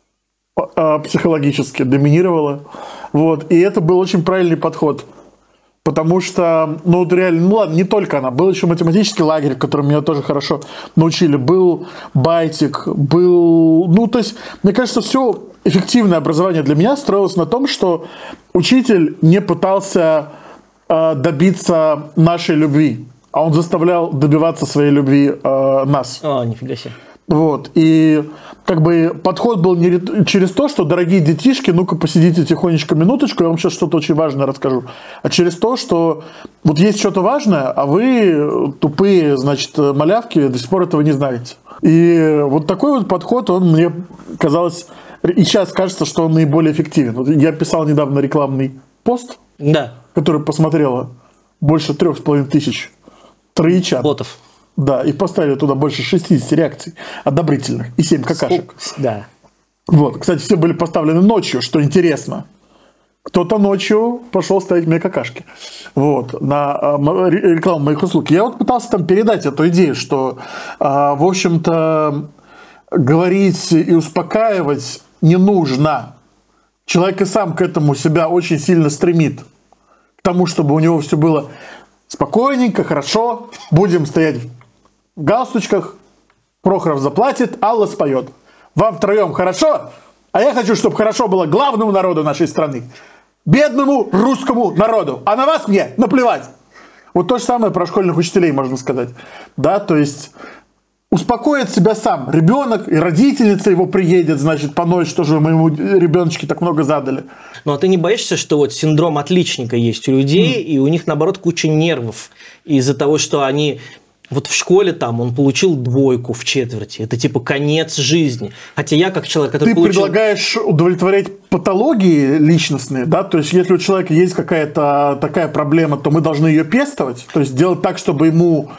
психологически, доминировала. Вот, и это был очень правильный подход. Потому что, ну, вот реально, ну ладно, не только она. Был еще математический лагерь, в котором меня тоже хорошо научили. Был байтик, был... Ну, то есть, мне кажется, все эффективное образование для меня строилось на том, что учитель не пытался э, добиться нашей любви, а он заставлял добиваться своей любви э, нас. О, нифига себе. Вот, и как бы подход был не через то, что, дорогие детишки, ну-ка посидите тихонечко минуточку, я вам сейчас что-то очень важное расскажу, а через то, что вот есть что-то важное, а вы тупые, значит, малявки, до сих пор этого не знаете. И вот такой вот подход, он мне казалось, и сейчас кажется, что он наиболее эффективен. Вот я писал недавно рекламный пост, да. который посмотрело больше трех с половиной тысяч троечан. Ботов. Да, и поставили туда больше шестьдесят реакций одобрительных и семь какашек. Да. Вот, кстати, все были поставлены ночью, что интересно. Кто-то ночью пошел ставить мне какашки. Вот, на э, рекламу моих услуг. Я вот пытался там передать эту идею, что, э, в общем-то, говорить и успокаивать не нужно. Человек и сам к этому себя очень сильно стремит. К тому, чтобы у него все было спокойненько, хорошо, будем стоять в галстучках, Прохоров заплатит, Алла споет. Вам втроем хорошо, а я хочу, чтобы хорошо было главному народу нашей страны. Бедному русскому народу. А на вас мне наплевать. Вот то же самое про школьных учителей можно сказать. Да, то есть успокоит себя сам ребенок, и родительница его приедет, значит, поноет, что же моему ребеночке так много задали. Ну, а ты не боишься, что вот синдром отличника есть у людей, mm. и у них, наоборот, куча нервов из-за того, что они... Вот в школе там он получил двойку в четверти. Это типа конец жизни. Хотя я как человек, который Ты получил... предлагаешь удовлетворять патологии личностные, да? То есть, если у человека есть какая-то такая проблема, то мы должны ее пестовать. То есть, делать так, чтобы ему...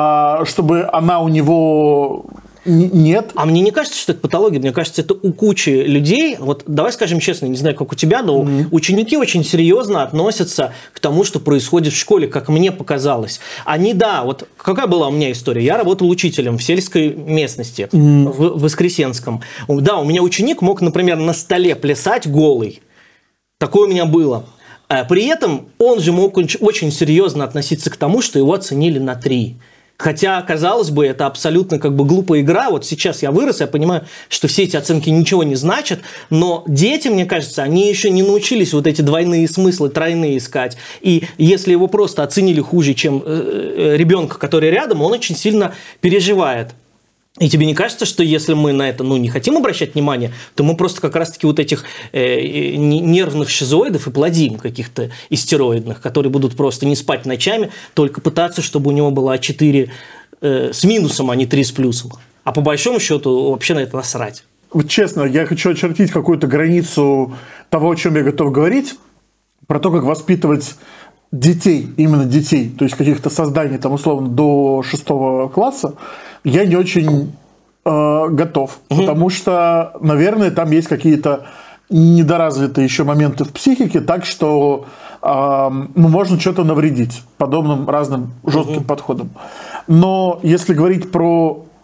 чтобы она у него... Нет. А мне не кажется, что это патология, мне кажется, это у кучи людей, вот давай скажем честно, не знаю, как у тебя, но mm-hmm. ученики очень серьезно относятся к тому, что происходит в школе, как мне показалось. Они, да, вот какая была у меня история? Я работал учителем в сельской местности, mm-hmm. в Воскресенском. Да, у меня ученик мог, например, на столе плясать голый. Такое у меня было. При этом он же мог очень серьезно относиться к тому, что его оценили на три. Хотя, казалось бы, это абсолютно как бы глупая игра. Вот сейчас я вырос, я понимаю, что все эти оценки ничего не значат, но дети, мне кажется, они еще не научились вот эти двойные смыслы, тройные искать. И если его просто оценили хуже, чем ребенка, который рядом, он очень сильно переживает. И тебе не кажется, что если мы на это ну, не хотим обращать внимание, то мы просто как раз-таки вот этих э, нервных шизоидов и плодим каких-то истероидных, которые будут просто не спать ночами, только пытаться, чтобы у него была четыре э, с минусом, а не три с плюсом. А по большому счету вообще на это насрать. Вот честно, я хочу очертить какую-то границу того, о чем я готов говорить, про то, как воспитывать детей, именно детей, то есть каких-то созданий, там, условно, до шестого класса, я не очень э, готов, угу. потому что, наверное, там есть какие-то недоразвитые еще моменты в психике, так что э, ну, можно что-то навредить подобным разным жестким угу. подходам. Но если говорить про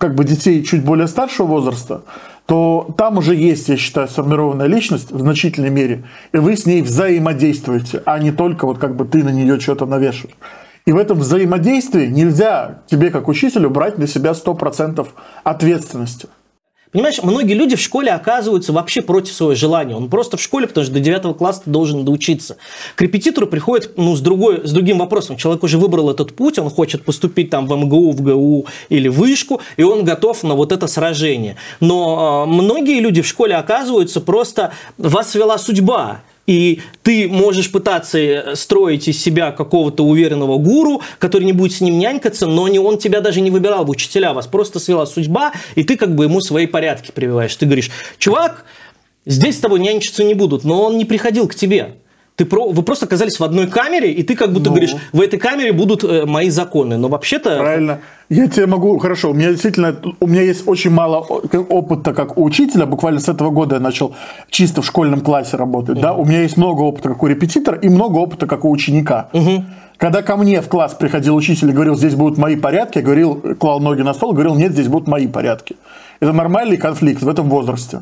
как бы детей чуть более старшего возраста, то там уже есть, я считаю, сформированная личность в значительной мере, и вы с ней взаимодействуете, а не только вот как бы ты на нее что-то навешиваешь. И в этом взаимодействии нельзя тебе, как учителю, брать на себя сто процентов ответственности. Понимаешь, многие люди в школе оказываются вообще против своего желания. Он просто в школе, потому что до девятого класса ты должен доучиться. К репетитору приходит ну, с, другой, с другим вопросом. Человек уже выбрал этот путь, он хочет поступить там в эм гэ у, в гэ у или в вышку, и он готов на вот это сражение. Но э, многие люди в школе оказываются просто вас свела судьба. И ты можешь пытаться строить из себя какого-то уверенного гуру, который не будет с ним нянькаться, но не, он тебя даже не выбирал в учителя, вас просто свела судьба, и ты как бы ему свои порядки прививаешь. Ты говоришь, чувак, здесь с тобой нянчиться не будут, но он не приходил к тебе. Ты про, вы просто оказались в одной камере, и ты как будто ну, говоришь, в этой камере будут э, мои законы. Но вообще-то... Правильно. Я тебе могу... Хорошо, у меня действительно... У меня есть очень мало опыта как у учителя. Буквально с этого года я начал чисто в школьном классе работать. Uh-huh. Да? У меня есть много опыта как у репетитора и много опыта как у ученика. Uh-huh. Когда ко мне в класс приходил учитель и говорил, здесь будут мои порядки, я говорил, клал ноги на стол и говорил, нет, здесь будут мои порядки. Это нормальный конфликт в этом возрасте.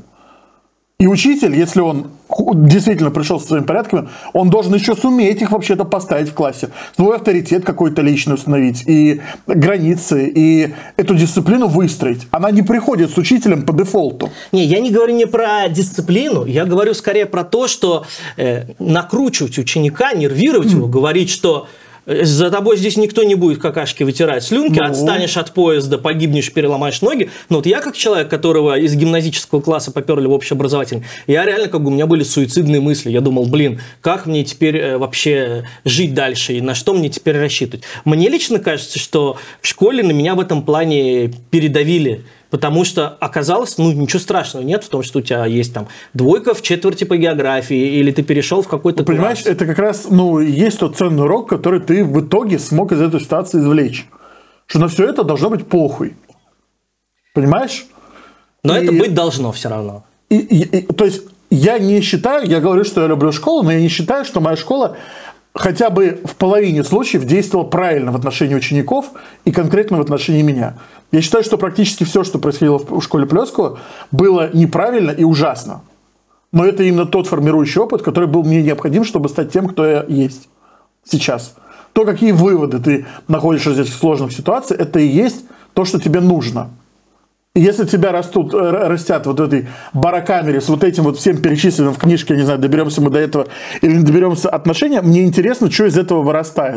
И учитель, если он действительно пришел со своими порядками, он должен еще суметь их вообще-то поставить в классе. Свой авторитет какой-то личный установить, и границы, и эту дисциплину выстроить. Она не приходит с учителем по дефолту. Не, я не говорю не про дисциплину, я говорю скорее про то, что э, накручивать ученика, нервировать mm. его, говорить, что... За тобой здесь никто не будет какашки вытирать слюнки, ну. Отстанешь от поезда, погибнешь, переломаешь ноги. Но вот я как человек, которого из гимназического класса поперли в общеобразовательный, я реально, как бы, у меня были суицидные мысли. Я думал, блин, как мне теперь вообще жить дальше и на что мне теперь рассчитывать? Мне лично кажется, что в школе на меня в этом плане передавили. Потому что оказалось, ну, ничего страшного нет в том, что у тебя есть там двойка в четверти по географии, или ты перешел в какой-то класс. Понимаешь, это как раз, ну, есть тот ценный урок, который ты в итоге смог из этой ситуации извлечь. Что на все это должно быть похуй. Понимаешь? Но и, это быть должно все равно. И, и, и, то есть, я не считаю, я говорю, что я люблю школу, но я не считаю, что моя школа хотя бы в половине случаев действовала правильно в отношении учеников и конкретно в отношении меня. Я считаю, что практически все, что происходило в школе Плёскова, было неправильно и ужасно. Но это именно тот формирующий опыт, который был мне необходим, чтобы стать тем, кто я есть сейчас. То, какие выводы ты находишь из этих сложных ситуаций, это и есть то, что тебе нужно. И если тебя растут, растят вот в этой барокамере с вот этим вот всем перечисленным в книжке, я не знаю, доберемся мы до этого или не доберемся отношения, мне интересно, что из этого вырастает.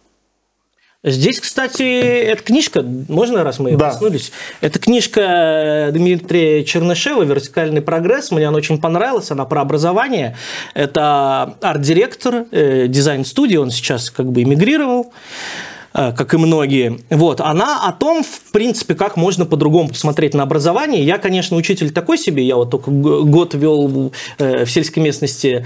Здесь, кстати, эта книжка, можно, раз мы да. коснулись, это книжка Дмитрия Чернышева «Вертикальный прогресс». Мне она очень понравилась, она про образование. Это арт-директор э, дизайн-студии, он сейчас как бы эмигрировал, э, как и многие. Вот. Она о том, в принципе, как можно по-другому посмотреть на образование. Я, конечно, учитель такой себе, я вот только год вел в сельской местности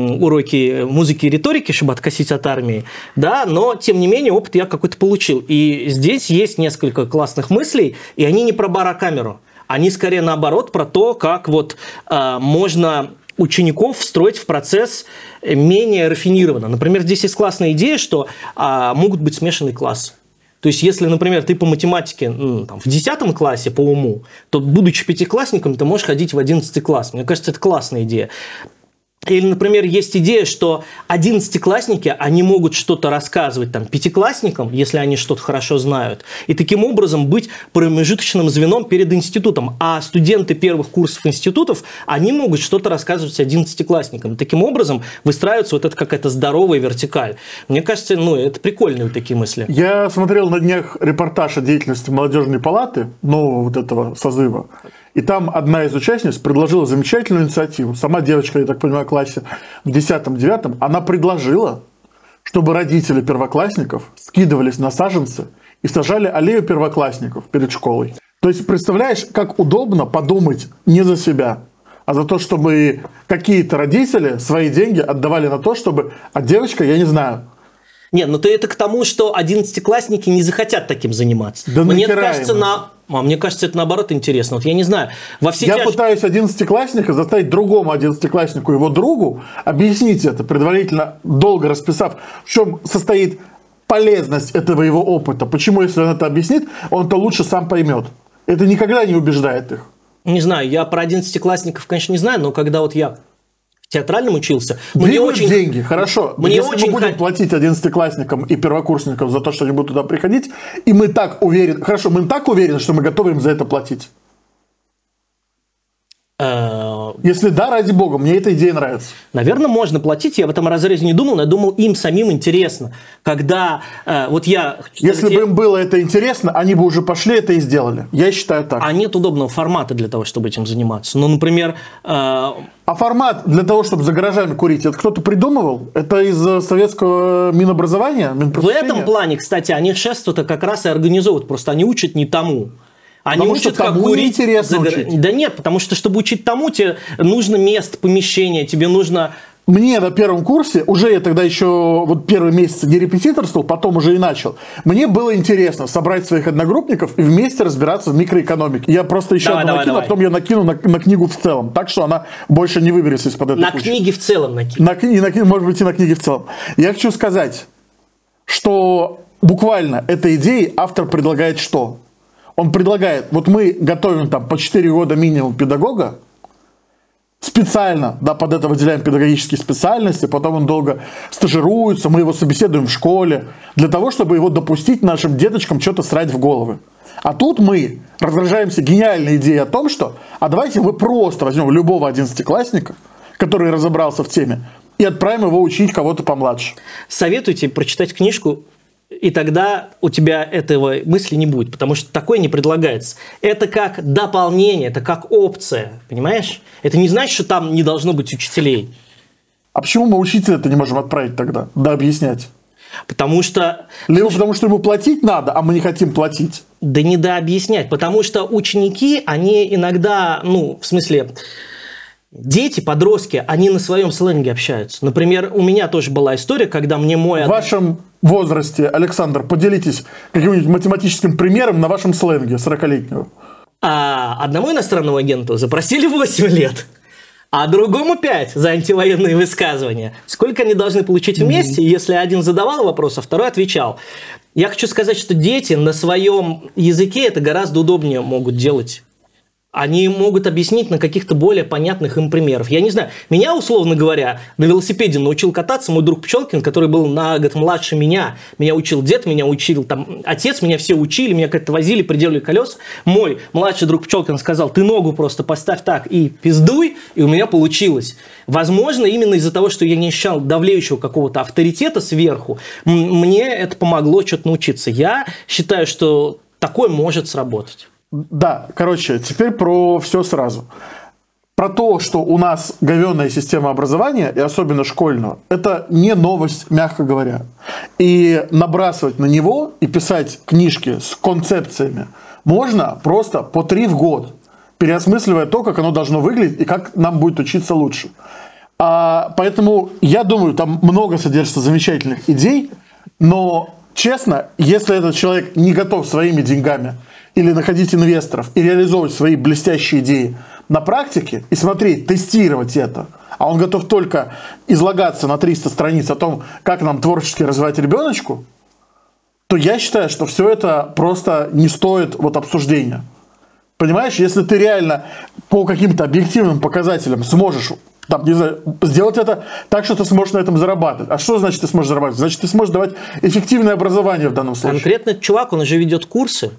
уроки музыки и риторики, чтобы откосить от армии, да, но, тем не менее, опыт я какой-то получил. И здесь есть несколько классных мыслей, и они не про барокамеру, они скорее наоборот про то, как вот э, можно учеников встроить в процесс менее рафинированно. Например, здесь есть классная идея, что э, могут быть смешанные классы. То есть, если, например, ты по математике ну, там, в десятом классе по уму, то, будучи пятиклассником, ты можешь ходить в одиннадцатый класс. Мне кажется, это классная идея. Или, например, есть идея, что одиннадцатиклассники, они могут что-то рассказывать там, пятиклассникам, если они что-то хорошо знают, и таким образом быть промежуточным звеном перед институтом. А студенты первых курсов институтов, они могут что-то рассказывать одиннадцатиклассникам. Таким образом выстраивается вот эта какая-то здоровая вертикаль. Мне кажется, ну, это прикольные вот такие мысли. Я смотрел на днях репортаж о деятельности молодежной палаты, нового вот этого созыва. И там одна из участниц предложила замечательную инициативу. Сама девочка, я так понимаю, в классе в десятом-девятом, она предложила, чтобы родители первоклассников скидывались на саженцы и сажали аллею первоклассников перед школой. То есть, представляешь, как удобно подумать не за себя, а за то, чтобы какие-то родители свои деньги отдавали на то, чтобы... А девочка, я не знаю... Нет, ну ты это к тому, что одиннадцатиклассники не захотят таким заниматься. Да мне кажется, на... а, мне кажется, это наоборот интересно. Вот я не знаю. Во все я тяж... пытаюсь одиннадцатиклассника заставить другому одиннадцатикласснику, его другу, объяснить это, предварительно долго расписав, в чем состоит полезность этого его опыта. Почему, если он это объяснит, он это лучше сам поймет. Это никогда не убеждает их. Не знаю, я про одиннадцатиклассников, конечно, не знаю, но когда вот я в театральном учился, мне Двигают очень... деньги, хорошо. Мне Если очень мы будем хот- платить одиннадцатиклассникам и первокурсникам за то, что они будут туда приходить, и мы так уверены, хорошо, мы так уверены, что мы готовы им за это платить. Э, Если да, ради бога, мне эта идея нравится. Наверное, можно платить, я в этом разрезе не думал, но я думал, им самим интересно. Когда э, вот я... Если бы им было это интересно, они бы уже пошли это и сделали. Я считаю так. А нет удобного формата для того, чтобы этим заниматься. Ну, например... э, А формат для того, чтобы за гаражами курить, это кто-то придумывал? Это из э, советского Минобразования? В Минпросвещения? этом плане, кстати, они шествия-то как раз и организовывают, просто они учат не тому. Они Потому учат, что как тому курить. неинтересно за гар- учить. Да нет, потому что, чтобы учить тому, тебе нужно место, помещение, тебе нужно... Мне на первом курсе, уже я тогда еще вот первый месяц не репетиторствовал, потом уже и начал. Мне было интересно собрать своих одногруппников и вместе разбираться в микроэкономике. Я просто еще Давай, одну давай, накину, давай. а потом я накину на, на книгу в целом. Так что она больше не выберется из-под этой На кучи. книги в целом накинь. На, кни- на кни- может быть, и на книге в целом. Я хочу сказать, что буквально этой идеей автор предлагает что? Он предлагает, вот мы готовим там по четыре года минимум педагога, специально, да, под это выделяем педагогические специальности, потом он долго стажируется, мы его собеседуем в школе, для того, чтобы его допустить нашим деточкам что-то срать в головы. А тут мы разражаемся гениальной идеей о том, что, а давайте мы просто возьмем любого одиннадцатиклассника, который разобрался в теме, и отправим его учить кого-то помладше. Советую тебе прочитать книжку, и тогда у тебя этого мысли не будет, потому что такое не предлагается. Это как дополнение, это как опция, понимаешь? Это не значит, что там не должно быть учителей. А почему мы учителя-то не можем отправить тогда? Да, объяснять. Потому что... Либо потому, что ему платить надо, а мы не хотим платить. Да не да объяснять, потому что ученики, они иногда, ну, в смысле... Дети, подростки, они на своем сленге общаются. Например, у меня тоже была история, когда мне мой... В вашем возрасте, Александр, поделитесь каким-нибудь математическим примером на вашем сленге сорокалетнего. А одному иностранному агенту запросили восемь лет, а другому пять за антивоенные высказывания. Сколько они должны получить вместе, если один задавал вопрос, а второй отвечал? Я хочу сказать, что дети на своем языке это гораздо удобнее могут делать. Они могут объяснить на каких-то более понятных им примерах. Я не знаю, меня, условно говоря, на велосипеде научил кататься мой друг Пчелкин, который был на год младше меня. Меня учил дед, меня учил там отец, меня все учили, меня как-то возили, приделали колеса. Мой младший друг Пчелкин сказал, ты ногу просто поставь так и пиздуй, и у меня получилось. Возможно, именно из-за того, что я не ощущал давлеющего какого-то авторитета сверху, м- мне это помогло что-то научиться. Я считаю, что такое может сработать. Да, короче, теперь про все сразу. Про то, что у нас говёная система образования, и особенно школьного, это не новость, мягко говоря. И набрасывать на него и писать книжки с концепциями можно просто по три в год, переосмысливая то, как оно должно выглядеть и как нам будет учиться лучше. А, поэтому я думаю, там много содержится замечательных идей, но честно, если этот человек не готов своими деньгами или находить инвесторов и реализовывать свои блестящие идеи на практике и смотреть, тестировать это, а он готов только излагаться на триста страниц о том, как нам творчески развивать ребеночку, то я считаю, что все это просто не стоит вот обсуждения. Понимаешь, если ты реально по каким-то объективным показателям сможешь там, не знаю, сделать это так, что ты сможешь на этом зарабатывать. А что значит ты сможешь зарабатывать? Значит, ты сможешь давать эффективное образование в данном случае. Конкретно этот чувак, он уже ведет курсы,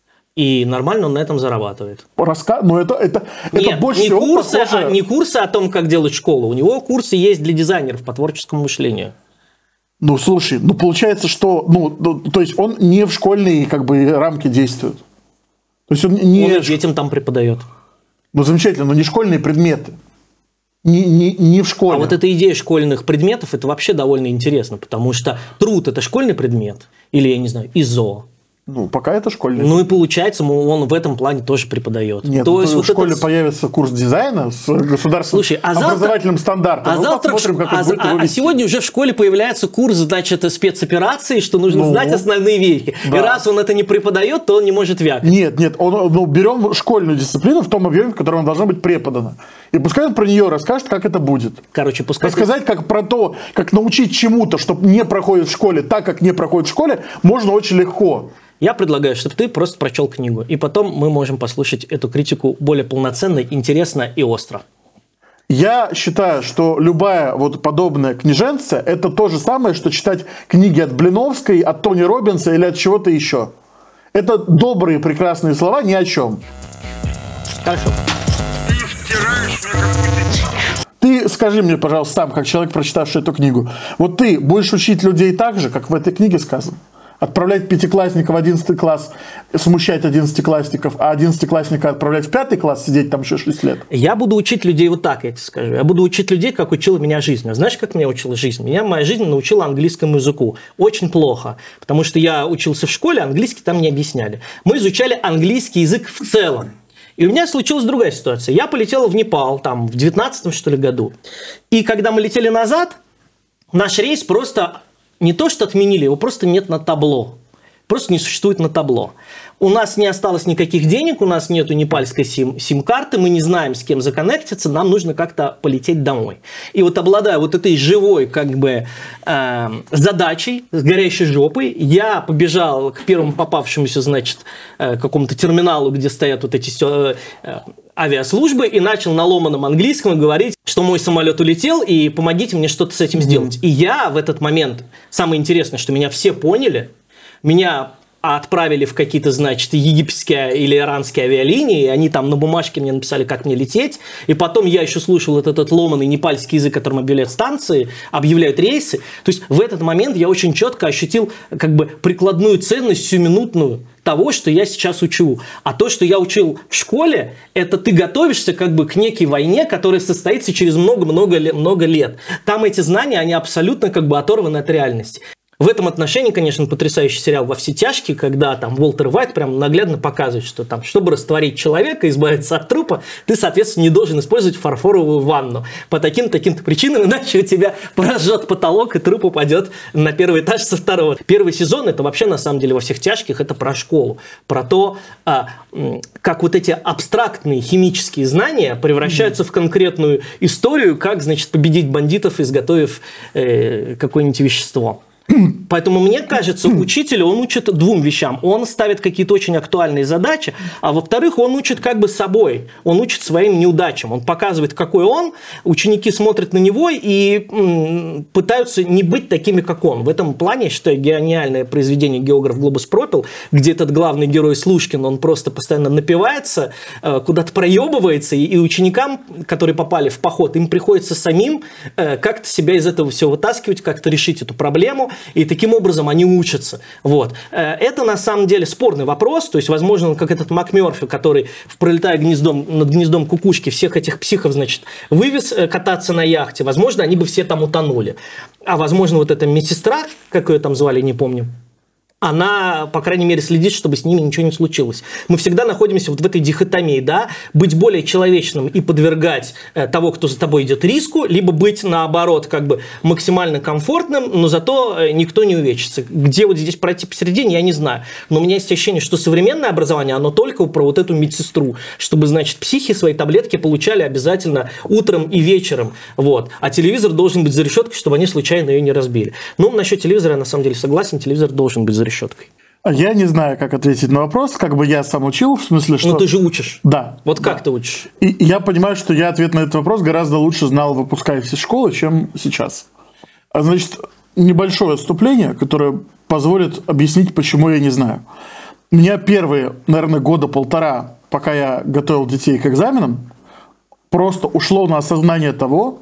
и нормально он на этом зарабатывает. Раска... Но это, это, это Нет, больше не всего курсы, похоже... а, не курсы о том, как делать школу. У него курсы есть для дизайнеров по творческому мышлению. Ну, слушай, ну, получается, что... Ну, ну, то есть, он не в школьные, как бы, рамки действует. То есть, он не... Он и детям там преподает. Ну, замечательно, но не школьные предметы. Не, не, не в школе. А вот эта идея школьных предметов, это вообще довольно интересно, потому что труд – это школьный предмет, или, я не знаю, ИЗО. Ну, пока это школьный. Ну и получается, он в этом плане тоже преподает. Нет, то ну, есть в вот школе это... появится курс дизайна с государственным Слушай, а завтра... образовательным стандартом. А, Ну, завтра посмотрим, в... как он а, будет а, его а вести. сегодня уже в школе появляется курс, значит, спецоперации, что нужно Ну, знать основные вехи. да. И раз он это не преподает, то он не может вякать. Нет, нет, он, ну, берем школьную дисциплину в том объеме, в котором она должна быть преподана. И пускай он про нее расскажет, как это будет. Короче, пускай... Рассказать как про то, как научить чему-то, что не проходит в школе, так, как не проходит в школе, можно очень легко. Я предлагаю, чтобы ты просто прочел книгу, и потом мы можем послушать эту критику более полноценно, интересно и остро. Я считаю, что любая вот подобная книженция – это то же самое, что читать книги от Блиновской, от Тони Роббинса или от чего-то еще. Это добрые, прекрасные слова ни о чем. Хорошо. Ты втираешь мне какую-то дичь. Ты скажи мне, пожалуйста, сам, как человек, прочитавший эту книгу, вот ты будешь учить людей так же, как в этой книге сказано? Отправлять пятиклассников в одиннадцатый класс, смущать одиннадцатиклассников, а одиннадцатиклассника отправлять в пятый класс, сидеть там еще шесть лет? Я буду учить людей вот так, я тебе скажу. Я буду учить людей, как учила меня жизнь. А знаешь, как меня учила жизнь? Меня моя жизнь научила английскому языку. Очень плохо. Потому что я учился в школе, английский там не объясняли. Мы изучали английский язык в целом. И у меня случилась другая ситуация. Я полетел в Непал, там, в девятнадцатом, что ли, году. И когда мы летели назад, наш рейс просто... Не то, что отменили, его просто нет на табло. Просто не существует на табло. У нас не осталось никаких денег, у нас нету непальской сим, сим-карты, мы не знаем, с кем законнектиться, нам нужно как-то полететь домой. И вот обладая вот этой живой как бы э, задачей, с горящей жопой, я побежал к первому попавшемуся, значит, э, какому-то терминалу, где стоят вот эти э, э, авиаслужбы, и начал на ломаном английском говорить, что мой самолет улетел, и помогите мне что-то с этим сделать. Mm-hmm. И я в этот момент, самое интересное, что меня все поняли, меня отправили в какие-то, значит, египетские или иранские авиалинии, и они там на бумажке мне написали, как мне лететь, и потом я еще слушал этот, этот ломаный непальский язык, которым объявляют станции, объявляют рейсы. То есть в этот момент я очень четко ощутил как бы прикладную ценность сиюминутную того, что я сейчас учу. А то, что я учил в школе, это ты готовишься как бы к некой войне, которая состоится через много-много много лет. Там эти знания, они абсолютно как бы оторваны от реальности. В этом отношении, конечно, потрясающий сериал «Во все тяжкие», когда там Уолтер Уайт прям наглядно показывает, что там, чтобы растворить человека, избавиться от трупа, ты, соответственно, не должен использовать фарфоровую ванну. По таким-таким-то причинам, иначе у тебя прожжет потолок, и труп упадет на первый этаж со второго. Первый сезон – это вообще, на самом деле, «Во всех тяжких», это про школу, про то, как вот эти абстрактные химические знания превращаются в конкретную историю, как, значит, победить бандитов, изготовив э, какое-нибудь вещество. Поэтому, мне кажется, учитель, он учит двум вещам. Он ставит какие-то очень актуальные задачи, а во-вторых, он учит как бы собой. Он учит своим неудачам. Он показывает, какой он, ученики смотрят на него и м, пытаются не быть такими, как он. В этом плане, я считаю, гениальное произведение «Географ глобус пропил», где этот главный герой Слушкин, он просто постоянно напивается, куда-то проебывается, и ученикам, которые попали в поход, им приходится самим как-то себя из этого всего вытаскивать, как-то решить эту проблему. И таким образом они учатся. Вот. Это на самом деле спорный вопрос. То есть, возможно, как этот МакМёрфи, который, пролетая гнездом, над гнездом кукушки, всех этих психов, значит, вывез кататься на яхте. Возможно, они бы все там утонули. А возможно, вот эта медсестра, как ее там звали, не помню, она, по крайней мере, следит, чтобы с ними ничего не случилось. Мы всегда находимся вот в этой дихотомии, да, быть более человечным и подвергать э, того, кто за тобой идет, риску, либо быть, наоборот, как бы максимально комфортным, но зато э, никто не увечится. Где вот здесь пройти посередине, я не знаю. Но у меня есть ощущение, что современное образование, оно только про вот эту медсестру, чтобы, значит, психи свои таблетки получали обязательно утром и вечером, вот. А телевизор должен быть за решеткой, чтобы они случайно ее не разбили. Ну, насчет телевизора я на самом деле согласен, телевизор должен быть за решеткой. Я не знаю, как ответить на вопрос, как бы я сам учил, в смысле, что... Ну, ты же учишь. Да. Вот как да. ты учишь? И я понимаю, что я ответ на этот вопрос гораздо лучше знал, выпускаясь из школы, чем сейчас. Значит, небольшое отступление, которое позволит объяснить, почему я не знаю. У меня первые, наверное, года полтора, пока я готовил детей к экзаменам, просто ушло на осознание того,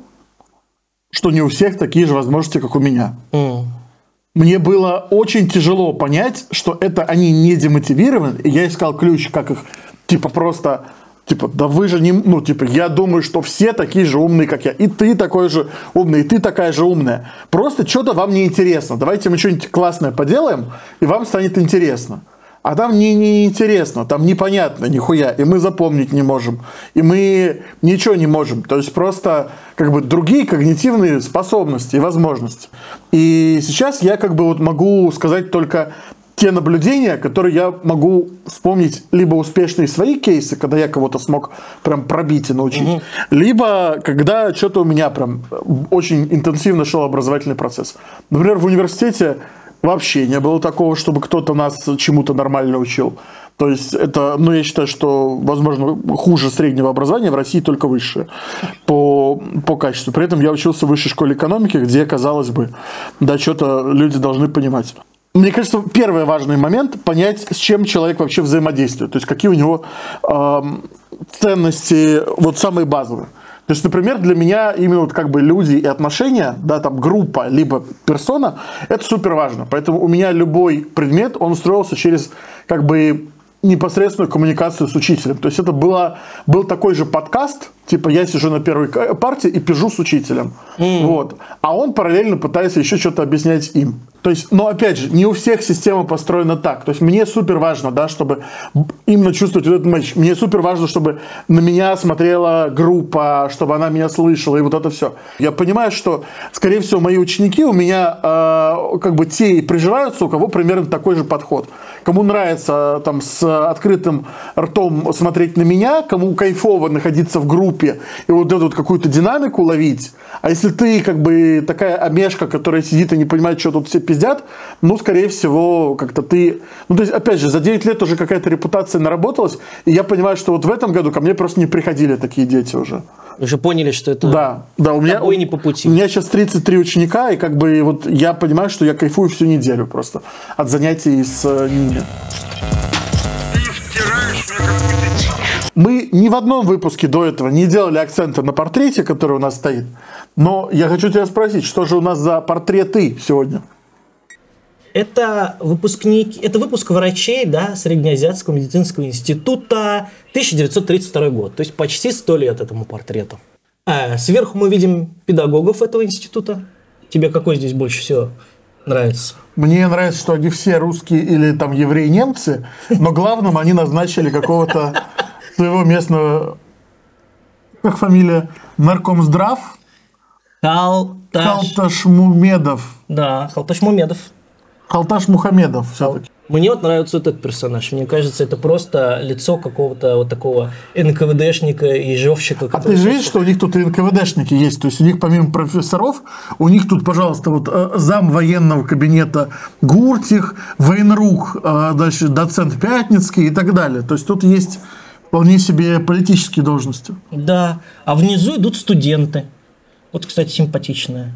что не у всех такие же возможности, как у меня. Mm. Мне было очень тяжело понять, что это они не демотивированы, и я искал ключ, как их, типа, просто, типа, да вы же не, ну, типа, я думаю, что все такие же умные, как я, и ты такой же умный, и ты такая же умная. Просто что-то вам не интересно. Давайте мы что-нибудь классное поделаем, и вам станет интересно. А там не, не интересно, там непонятно нихуя, и мы запомнить не можем, и мы ничего не можем. То есть просто как бы другие когнитивные способности и возможности. И сейчас я как бы вот могу сказать только те наблюдения, которые я могу вспомнить либо успешные свои кейсы, когда я кого-то смог прям пробить и научить, угу. либо когда что-то у меня прям очень интенсивно шел образовательный процесс. Например, в университете Вообще не было такого, чтобы кто-то нас чему-то нормально учил. То есть это, ну, я считаю, что, возможно, хуже среднего образования в России только высшее по, по качеству. При этом я учился в высшей школе экономики, где, казалось бы, да, что-то люди должны понимать. Мне кажется, первый важный момент – понять, с чем человек вообще взаимодействует. То есть, какие у него э, ценности, вот самые базовые. То есть, например, для меня именно вот как бы люди и отношения, да, там группа, либо персона, это супер важно. Поэтому у меня любой предмет, он строился через как бы непосредственную коммуникацию с учителем. То есть это было, был такой же подкаст, типа я сижу на первой партии и пижу с учителем. Mm. Вот. А он параллельно пытается еще что-то объяснять им. То есть, но опять же, не у всех система построена так. То есть мне супер важно, да, чтобы именно чувствовать вот этот матч. Мне супер важно, чтобы на меня смотрела группа, чтобы она меня слышала, и вот это все. Я понимаю, что, скорее всего, мои ученики у меня э, как бы те и приживаются, у кого примерно такой же подход. Кому нравится там с открытым ртом смотреть на меня, кому кайфово находиться в группе и вот эту вот какую-то динамику ловить. А если ты как бы такая омешка, которая сидит и не понимает, что тут все пиздят, ну, скорее всего, как-то ты... Ну, то есть, опять же, за девять лет уже какая-то репутация наработалась, и я понимаю, что вот в этом году ко мне просто не приходили такие дети уже. Вы уже поняли, что это да, да, у меня, тобой не по пути. У меня сейчас тридцать три ученика, и как бы вот я понимаю, что я кайфую всю неделю просто от занятий с ними. Ты втираешь мне какую-то дичь. Мы ни в одном выпуске до этого не делали акцента на портрете, который у нас стоит, но я хочу тебя спросить, что же у нас за портреты сегодня? Это выпускник, это выпуск врачей, да, Среднеазиатского медицинского института, тысяча девятьсот тридцать второй год, то есть почти сто лет этому портрету. А сверху мы видим педагогов этого института. Тебе какой здесь больше всего нравится? Мне нравится, что они все русские или там евреи-немцы, но главным они назначили какого-то своего местного, как фамилия, наркомздрав Халташ. Халташ Мумедов. Да, Халташ Мумедов. Халташ Мухамедов все-таки. Мне вот нравится вот этот персонаж. Мне кажется, это просто лицо какого-то вот такого эн ка вэ дэшника и жевщика. А ты же видишь, что у них тут и эн ка вэ дэшники есть? То есть у них помимо профессоров, у них тут, пожалуйста, вот зам военного кабинета Гуртих, военрук, дальше доцент Пятницкий и так далее. То есть тут есть вполне себе политические должности. Да, а внизу идут студенты. Вот, кстати, симпатичная.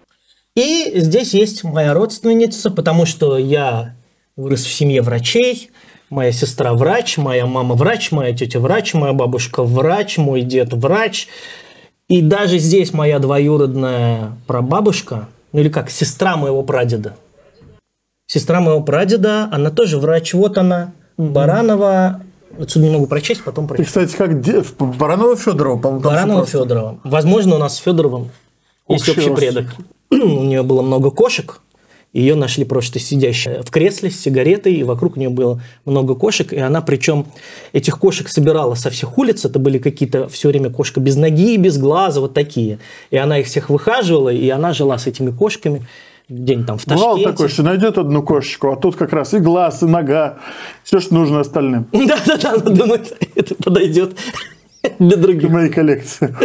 И здесь есть моя родственница, потому что я вырос в семье врачей. Моя сестра врач, моя мама врач, моя тетя врач, моя бабушка врач, мой дед врач. И даже здесь моя двоюродная прабабушка, ну или как, сестра моего прадеда. Сестра моего прадеда, она тоже врач. Вот она, Баранова. Отсюда не могу прочесть, потом прочесть. И, кстати, как де... Баранова Федорова, по-моему. Баранова Федорова. Возможно, у нас с Федоровым есть общий предок. У нее было много кошек. Ее нашли просто сидящей в кресле с сигаретой, и вокруг нее было много кошек. И она, причем, этих кошек собирала со всех улиц. Это были какие-то все время кошка без ноги, без глаза, вот такие. И она их всех выхаживала, и она жила с этими кошками где-нибудь там в Ташкенте. Бывало такое, что найдет одну кошечку, а тут как раз и глаз, и нога, все, что нужно остальным. Да-да-да, она думает, это подойдет для других. В моей коллекции.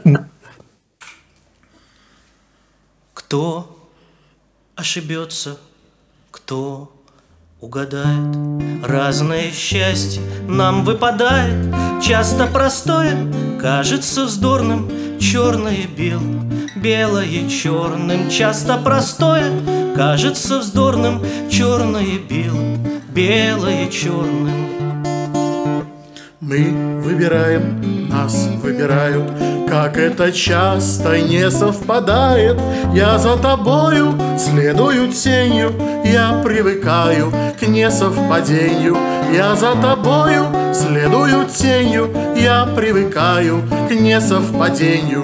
Кто ошибется, кто угадает, разное счастье нам выпадает, часто простое кажется вздорным, черное белым, белое черным, часто простое кажется вздорным, черное белым, белое черным. Мы выбираем, нас выбирают, как это часто не совпадает. Я за тобою следую тенью, я привыкаю к несовпадению. Я за тобою следую тенью, я привыкаю к несовпадению.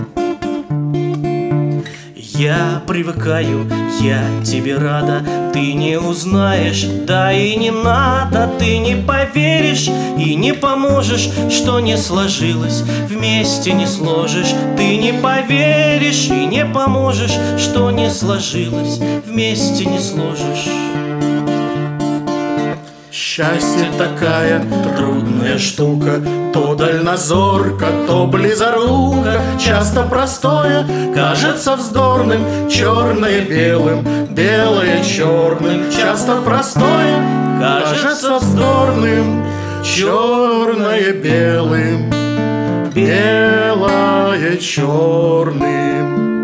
Я привыкаю, я тебе рада, ты не узнаешь, да и не надо, ты не поверишь и не поможешь, что не сложилось, вместе не сложишь, ты не поверишь и не поможешь, что не сложилось, вместе не сложишь. Счастье такая трудная штука, то дальнозорко, то близоруко, часто простое кажется вздорным, черное белым, белое черным, часто простое кажется вздорным, черное белым, белое черным.